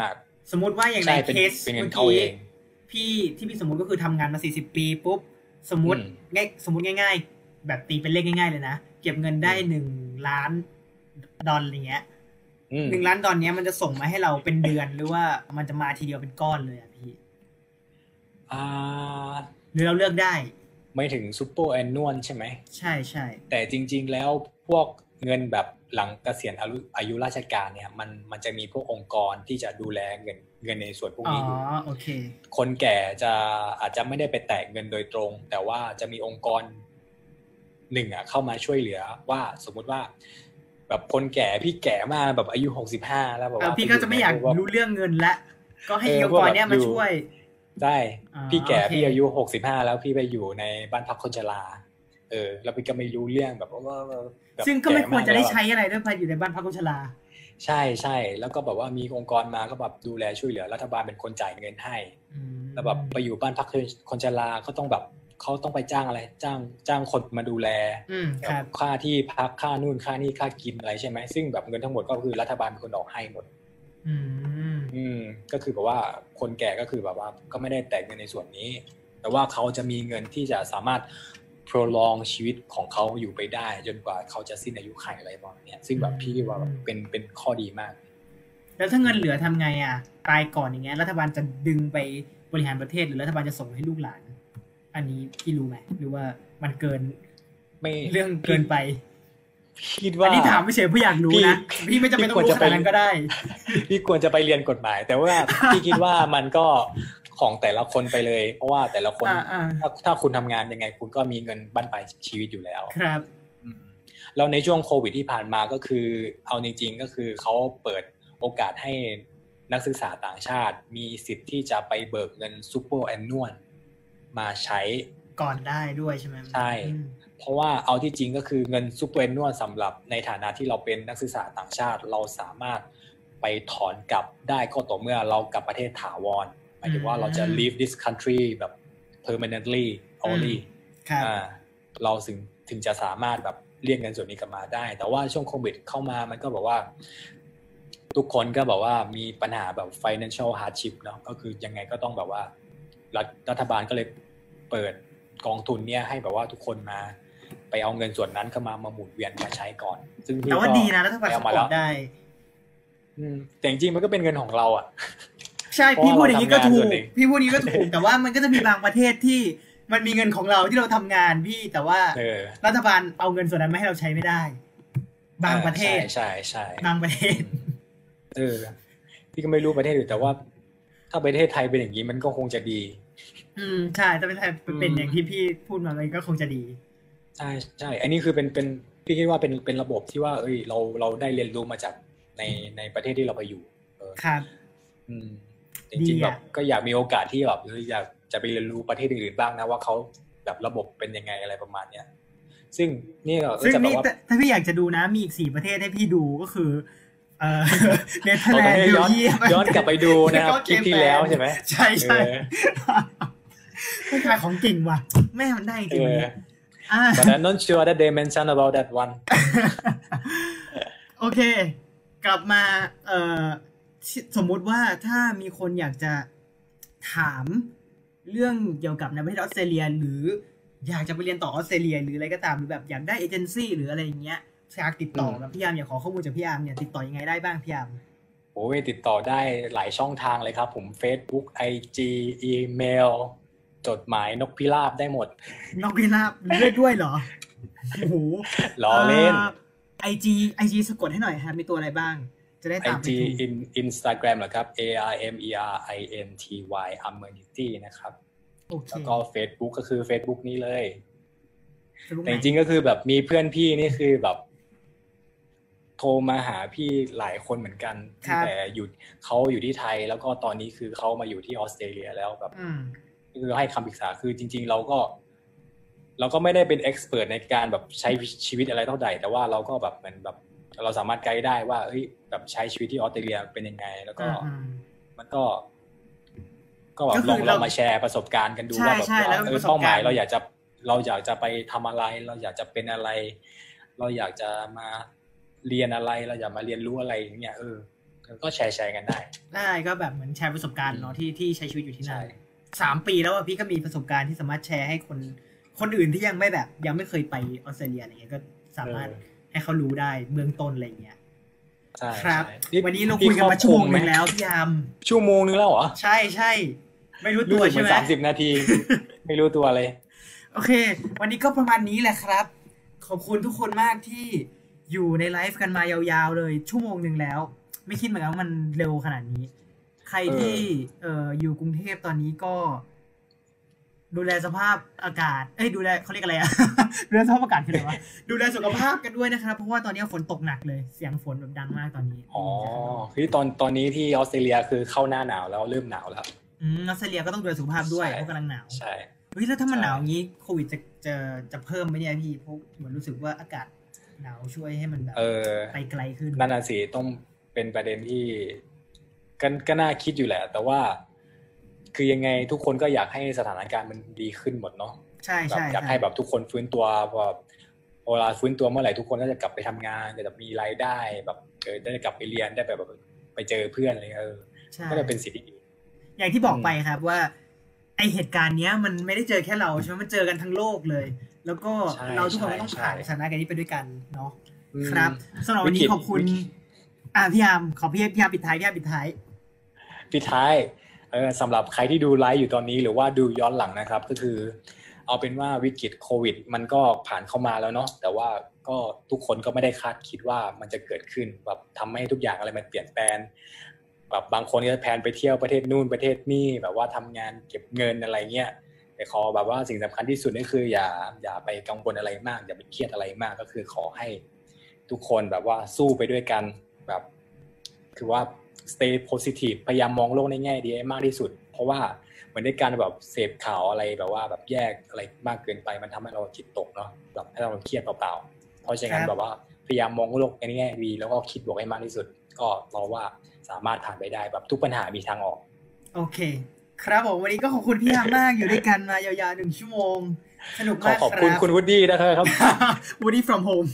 สมมุติว่าอย่างในเคสเมื่อกี้พี่ที่พี่สมมุติก็คือทำงานมาสี่สิบปีปุ๊บสมมุติง่ายสมมุติง่ายๆแบบตีเป็นเลขง่ายๆเลยนะเก็บเงินได้หนึ่งล้านดอลลาร์อย่างเงี้ยหนึ่งล้านดอลลาร์เนี้ยมันจะส่งมาให้เราเป็นเดือนหรือว่ามันจะมาทีเดียวเป็นก้อนเลยอ่ะพี่อ่าหรือเราเลือกได้ไม่ถึงซุปเปอร์แอนนวลใช่ไหมใช่ใช่แต่จริงๆแล้วพวกเงินแบบหลังเกษียณอายุราชการเนี่ยมันมันจะมีพวกองค์กรที่จะดูแลเงินเงินในส่วนพวกนี้อยู่อ๋อโอเคคนแก่จะอาจจะไม่ได้ไปแตะเงินโดยตรงแต่ว่าจะมีองค์กรหนึ่งอ่ะเข้ามาช่วยเหลือว่าสมมุติว่าแบบคนแก่พี่แก่มากแบบอายุหกสิบห้าแล้วแบบว่าพี่ก็จะไม่อยากรู้เรื่องเงินละก็ให้องค์กรเนี้ยมาช่วยได้พี่แก่พี่อายุหกสิบห้าแล้วพี่ไปอยู่ในบ้านพักคนชราเออแล้วพี่ก็ไม่รู้เรื่องแบบว่าซึ่งก็ไม่ควรจะได้ใช้อะไรด้วยพออยู่ในบ้านพักคนชราใช่ใช่แล้วก็แบบว่ามีองค์กรมาก็แบบดูแลช่วยเหลือรัฐบาลเป็นคนจ่ายเงินให้แล้วแบบไปอยู่บ้านพักคนชราก็ต้องแบบเขาต้องไปจ้างอะไรจ้างจ้างคนมาดูแลค่าที่พักค่านู่นค่านี่ค่ากินอะไรใช่ไหมซึ่งแบบเงินทั้งหมดก็คือรัฐบาลเป็นคนออกให้หมดอืมอืมก็คือแบบว่าคนแก่ก็คือแบบว่าก็ไม่ได้แตะเงินในส่วนนี้แต่ว่าเขาจะมีเงินที่จะสามารถ prolong ชีวิตของเขาอยู่ไปได้จนกว่าเขาจะสิ้นอายุขัยอะไรประมาณนี้ซึ่งแบบพี่ว่าเป็นเป็นข้อดีมากแล้วถ้าเงินเหลือทำไงอ่ะตายก่อนอย่างเงี้ยรัฐบาลจะดึงไปบริหารประเทศหรือรัฐบาลจะส่งให้ลูกหลานอันนี้พี่รู้ไหมหรือว่ามันเกินไม่เรื่องเกินไปคิดว่าอันนี้ถามไม่เฉยเพื่ออยากรู้นะพี่ไม่จำเป็นต้องรู้ขนาดนั้นก็ได้พี่ควรจะไปเรียนกฎหมายแต่ว่าพี่คิดว่ามันก็ของแต่ละคนไปเลยเพราะว่าแต่ละคนถ้าถ้าคุณทำงานยังไงคุณก็มีเงินบั้นปลายชีวิตอยู่แล้วครับแล้วในช่วงโควิดที่ผ่านมาก็คือเอาจริงๆก็คือเขาเปิดโอกาสให้นักศึกษาต่างชาติมีสิทธิ์ที่จะไปเบิกเงินซูเปอร์แอนนวลมาใช้ก่อนได้ด้วยใช่ไหมใช่เพราะว่าเอาที่จริงก็คือเงินซูเปอร์แอนนวลสำหรับในฐานะที่เราเป็นนักศึกษาต่างชาติเราสามารถไปถอนกลับได้ก็ต่อเมื่อเรากลับประเทศถาวรหมายถึงว่าเราจะ leave this country แบบ permanently only อ่าเราถึงถึงจะสามารถแบบเรียกเงินส่วนนี้กลับมาได้แต่ว่าช่วงโควิดเข้ามามันก็บอกว่าทุกคนก็บอกว่ามีปัญหาแบบ financial hardship เนาะก็คือยังไงก็ต้องแบบว่ารัฐบาลก็เลยเปิดกองทุนเนี่ยให้แบบว่าทุกคนมาไปเอาเงินส่วนนั้นเข้ามามาหมุนเวียนมาใช้ก่อนซึ่งแต่ว่าดีนะรัฐบาลสปอร์ตได้แต่จริงๆมันก็เป็นเงินของเราอ่ะใช่พี่พูดอย่างนี้ก็ถูกพี่พูดอย่างนี้ก็ถูกแต่ว่ามันก็จะมีบางประเทศที่มันมีเงินของเราที่เราทำงานพี่แต่ว่ารัฐบาลเอาเงินส่วนนั้นมาให้เราใช้ไม่ได้บางประเทศใช่ใช่บางประเทศเออพี่ก็ไม่รู้ประเทศอื่นแต่ว่าถ้าประเทศไทยเป็นอย่างนี้มันก็คงจะดีอืมใช่ถ้าประเทศไทยเป็นอย่างที่พี่พูดมามันก็คงจะดีใช่ใช่อันนี้คือเป็นเป็นพี่คิดว่าเป็นเป็นระบบที่ว่าเอ้ยเราเราได้เรียนรู้มาจากในในประเทศที่เราไปอยู่ครับอืมจริงๆแบบก็อยากมีโอกาสที่แบบอยากจะไปเรียนรู้ประเทศอื่นๆบ้างนะว่าเขาแบบระบบเป็นยังไงอะไรประมาณเนี้ยซึ่งนี่ก็จะแบบว่าถ้าพี่อยากจะดูนะมีอีกสี่ประเทศให้พี่ดูก็คือเอ่อเนเธอร์แลนด์ย้อนย้อนกลับไปดูนะครับคลิปที่แล้วใช่ไหมใช่ใช่ไม่ขายของจริงว่ะแม่มันได้จริง but I'm not sure that they mention about that one โอเคกลับมาเอ่อสมมุติว่าถ้ามีคนอยากจะถามเรื่องเกี่ยวกับในประเทศออสเตรเลียหรืออยากจะไปเรียนต่อออสเตรเลียหรืออะไรก็ตามหรือแบบอยากได้เอเจนซี่หรืออะไรอย่างเงี้ยอยากติดต่อกับพี่ยามอยากขอข้อมูลจากพี่ยามเนี่ยติดต่อยังไงได้บ้างพี่ยามโอ้ยติดต่อได้หลายช่องทางเลยครับผม Facebook ไอ จี อีเมลจดหมายนกพิราบได้หมดนกพิราบเลือกด้วยเหรอโอ้โหล้อเล่นไอ จี ไอ จี สะกดให้หน่อยครับมีตัวอะไรบ้างจะได้ตามไปดูไอ จี Instagram เหรอครับ A R M E R I N T Y Amenity นะครับแล้วก็ Facebook ก็คือ Facebook นี้เลยแต่จริงๆก็คือแบบมีเพื่อนพี่นี่คือแบบโทรมาหาพี่หลายคนเหมือนกันแต่อยู่เขาอยู่ที่ไทยแล้วก็ตอนนี้คือเขามาอยู่ที่ออสเตรเลียแล้วแบบคือให้คำปรึกษาคือจริงๆเราก็เราก็ไม่ได้เป็นเอ็กซ์เพิร์ทในการแบบใช้ชีวิตอะไรเท่าใดแต่ว่าเราก็แบบเหมือนแบบเราสามารถไกด์ได้ว่าเฮ้ยแบบใช้ชีวิตที่ออสเตรเลียเป็นยังไงแล้วก็มันก็ก็แบบลองเรามาแชร์ประสบการณ์กันดูว่าแบบเออเป้าหมายเราอยากจะเราอยากจะไปทำอะไรเราอยากจะเป็นอะไรเราอยากจะมาเรียนอะไรเราอยากมาเรียนรู้อะไรอย่างเงี้ยเออก็แชร์แชร์กันได้ได้ก็แบบเหมือนแชร์ประสบการณ์เนาะที่ที่ใช้ชีวิตอยู่ที่นั่นสามปีแล้วพี่ก็มีประสบการณ์ที่สามารถแชร์ให้คนคนอื่นที่ยังไม่แบบยังไม่เคยไปออสเตรเลียอะไรเงี้ยก็สามารถให้เขารู้ได้เบื้องต้นอะไรเงี้ยครับวันนี้เราคุยกันมาชั่วโมงนึงแล้วพี่ยามชั่วโมงนึงแล้วเหรอใช่ใช่ไม่รู้ตัวใช่ไหมสามสิบนาทีไม่รู้ตัวเลยโอเควันนี้ก็ประมาณนี้แหละครับขอบคุณทุกคนมากที่อยู่ในไลฟ์กันมายาวๆเลยชั่วโมงนึงแล้วไม่คิดเหมือนกันว่ามันเร็วขนาดนี้ใครที่เอ่ออยู่กรุงเทพตอนนี้ก็ดูแลสภาพอากาศเอ้ยดูแลเขาเรียกอะไรอะ ดูแลสภาพอากาศคืออะไรวะดูแลสุขภาพกันด้วยนะครับเพราะว่าตอนนี้ฝนตกหนักเลยเสียงฝนแบบดังมากตอนนี้อ๋อคือตอนตอนนี้ที่ออสเตรเลียคือเข้าหน้าหนาวแล้วเริ่มหนาวแล้วอืมออสเตรเลียก็ต้องดูแลสุขภาพด้วยเพราะกำลังหนาวใช่เฮ้ยแล้วถ้ามันหนาวอย่างนี้โควิดจะจะจะเพิ่มไหมเนี่ยพี่เพราะเหมือนรู้สึกว่าอากาศหนาวช่วยให้มันแบบไปไกลขึ้นนั่นน่ะสิต้องเป็นประเด็นที่ก็ก็น่าคิดอยู่แหละแต่ว่าคือยังไงทุกคนก็อยากให้สถานการณ์มันดีขึ้นหมดเนาะใช่ใช่อยากให้แบบทุกคนฟื้นตัวพอเวลาฟื้นตัวเมื่อไหร่ทุกคนก็จะกลับไปทำงานจะมีรายได้แบบเออได้กลับไปเรียนได้แบบไปเจอเพื่อนอะไรเออก็จะเป็นสิ่งที่ดีอย่างที่บอกไปครับว่าไอเหตุการณ์เนี้ยมันไม่ได้เจอแค่เราใช่ไหมมันเจอกันทั้งโลกเลยแล้วก็เราทุกคนก็ต้องผ่านสถานการณ์นี้ไปด้วยกันเนาะครับสำหรับวันนี้ขอบคุณอ่ะพี่ยามขอพี่พี่ยามปิดท้ายพี่ยามปิดท้ายปิดท้ายเออสำหรับใครที่ดูไลฟ์อยู่ตอนนี้หรือว่าดูย้อนหลังนะครับก็คือเอาเป็นว่าวิกฤตโควิดมันก็ผ่านเข้ามาแล้วเนาะแต่ว่าก็ทุกคนก็ไม่ได้คาดคิดว่ามันจะเกิดขึ้นแบบทำให้ทุกอย่างอะไรมันเปลี่ยนแปลงแบบบางคนก็จะแพลนไปเที่ยวประเทศนู่นประเทศนี่แบบว่าทำงานเก็บเงินอะไรเงี้ยแต่ขอแบบว่าสิ่งสำคัญที่สุดก็คืออย่าอย่าไปกังวลอะไรมากอย่าไปเครียดอะไรมากก็คือขอให้ทุกคนแบบว่าสู้ไปด้วยกันแบบคือว่า stay positive พยายามมองโลกในแง่ดีให้มากที่สุดเพราะว่าเหมือนในการแบบเสพข่าวอะไรแบบว่าแบบแยกอะไรมากเกินไปมันทำให้เราจิตตกเนาะแบบให้เราเครียดเปล่าๆเพราะฉะนั้นแบบว่าพยายามมองโลกในแง่ดีแล้วก็คิดบวกให้มากที่สุดก็เราว่าสามารถผ่านไปได้แบบทุกปัญหามีทางออกโอเคครับผมวันนี้ก็ขอบคุณพี่ยามมากอยู่ด้วยกันมายาวๆหนึ่งชั่วโมงสนุกมากครับขอบคุณคุณวูดดี้นะครับ Woody from home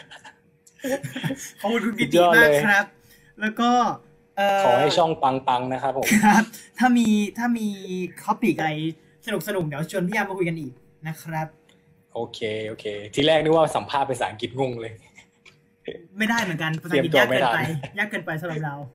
ขอบคุณคุณกิติมากครับแล้วก็ขอให้ช่องปังๆนะครับผมครับถ้ามีถ้ามีท็อปิกอะไรสนุกๆเดี๋ยวชวนพี่ยามมาคุยกันอีกนะครับโอเคโอเคทีแรกนึกว่าสัมภาษณ์ภาษาอังกฤษงงเลยไม่ได้เหมือนกันภาษาอังกฤษยากเกินไปยากเกินไปสำหรับเรา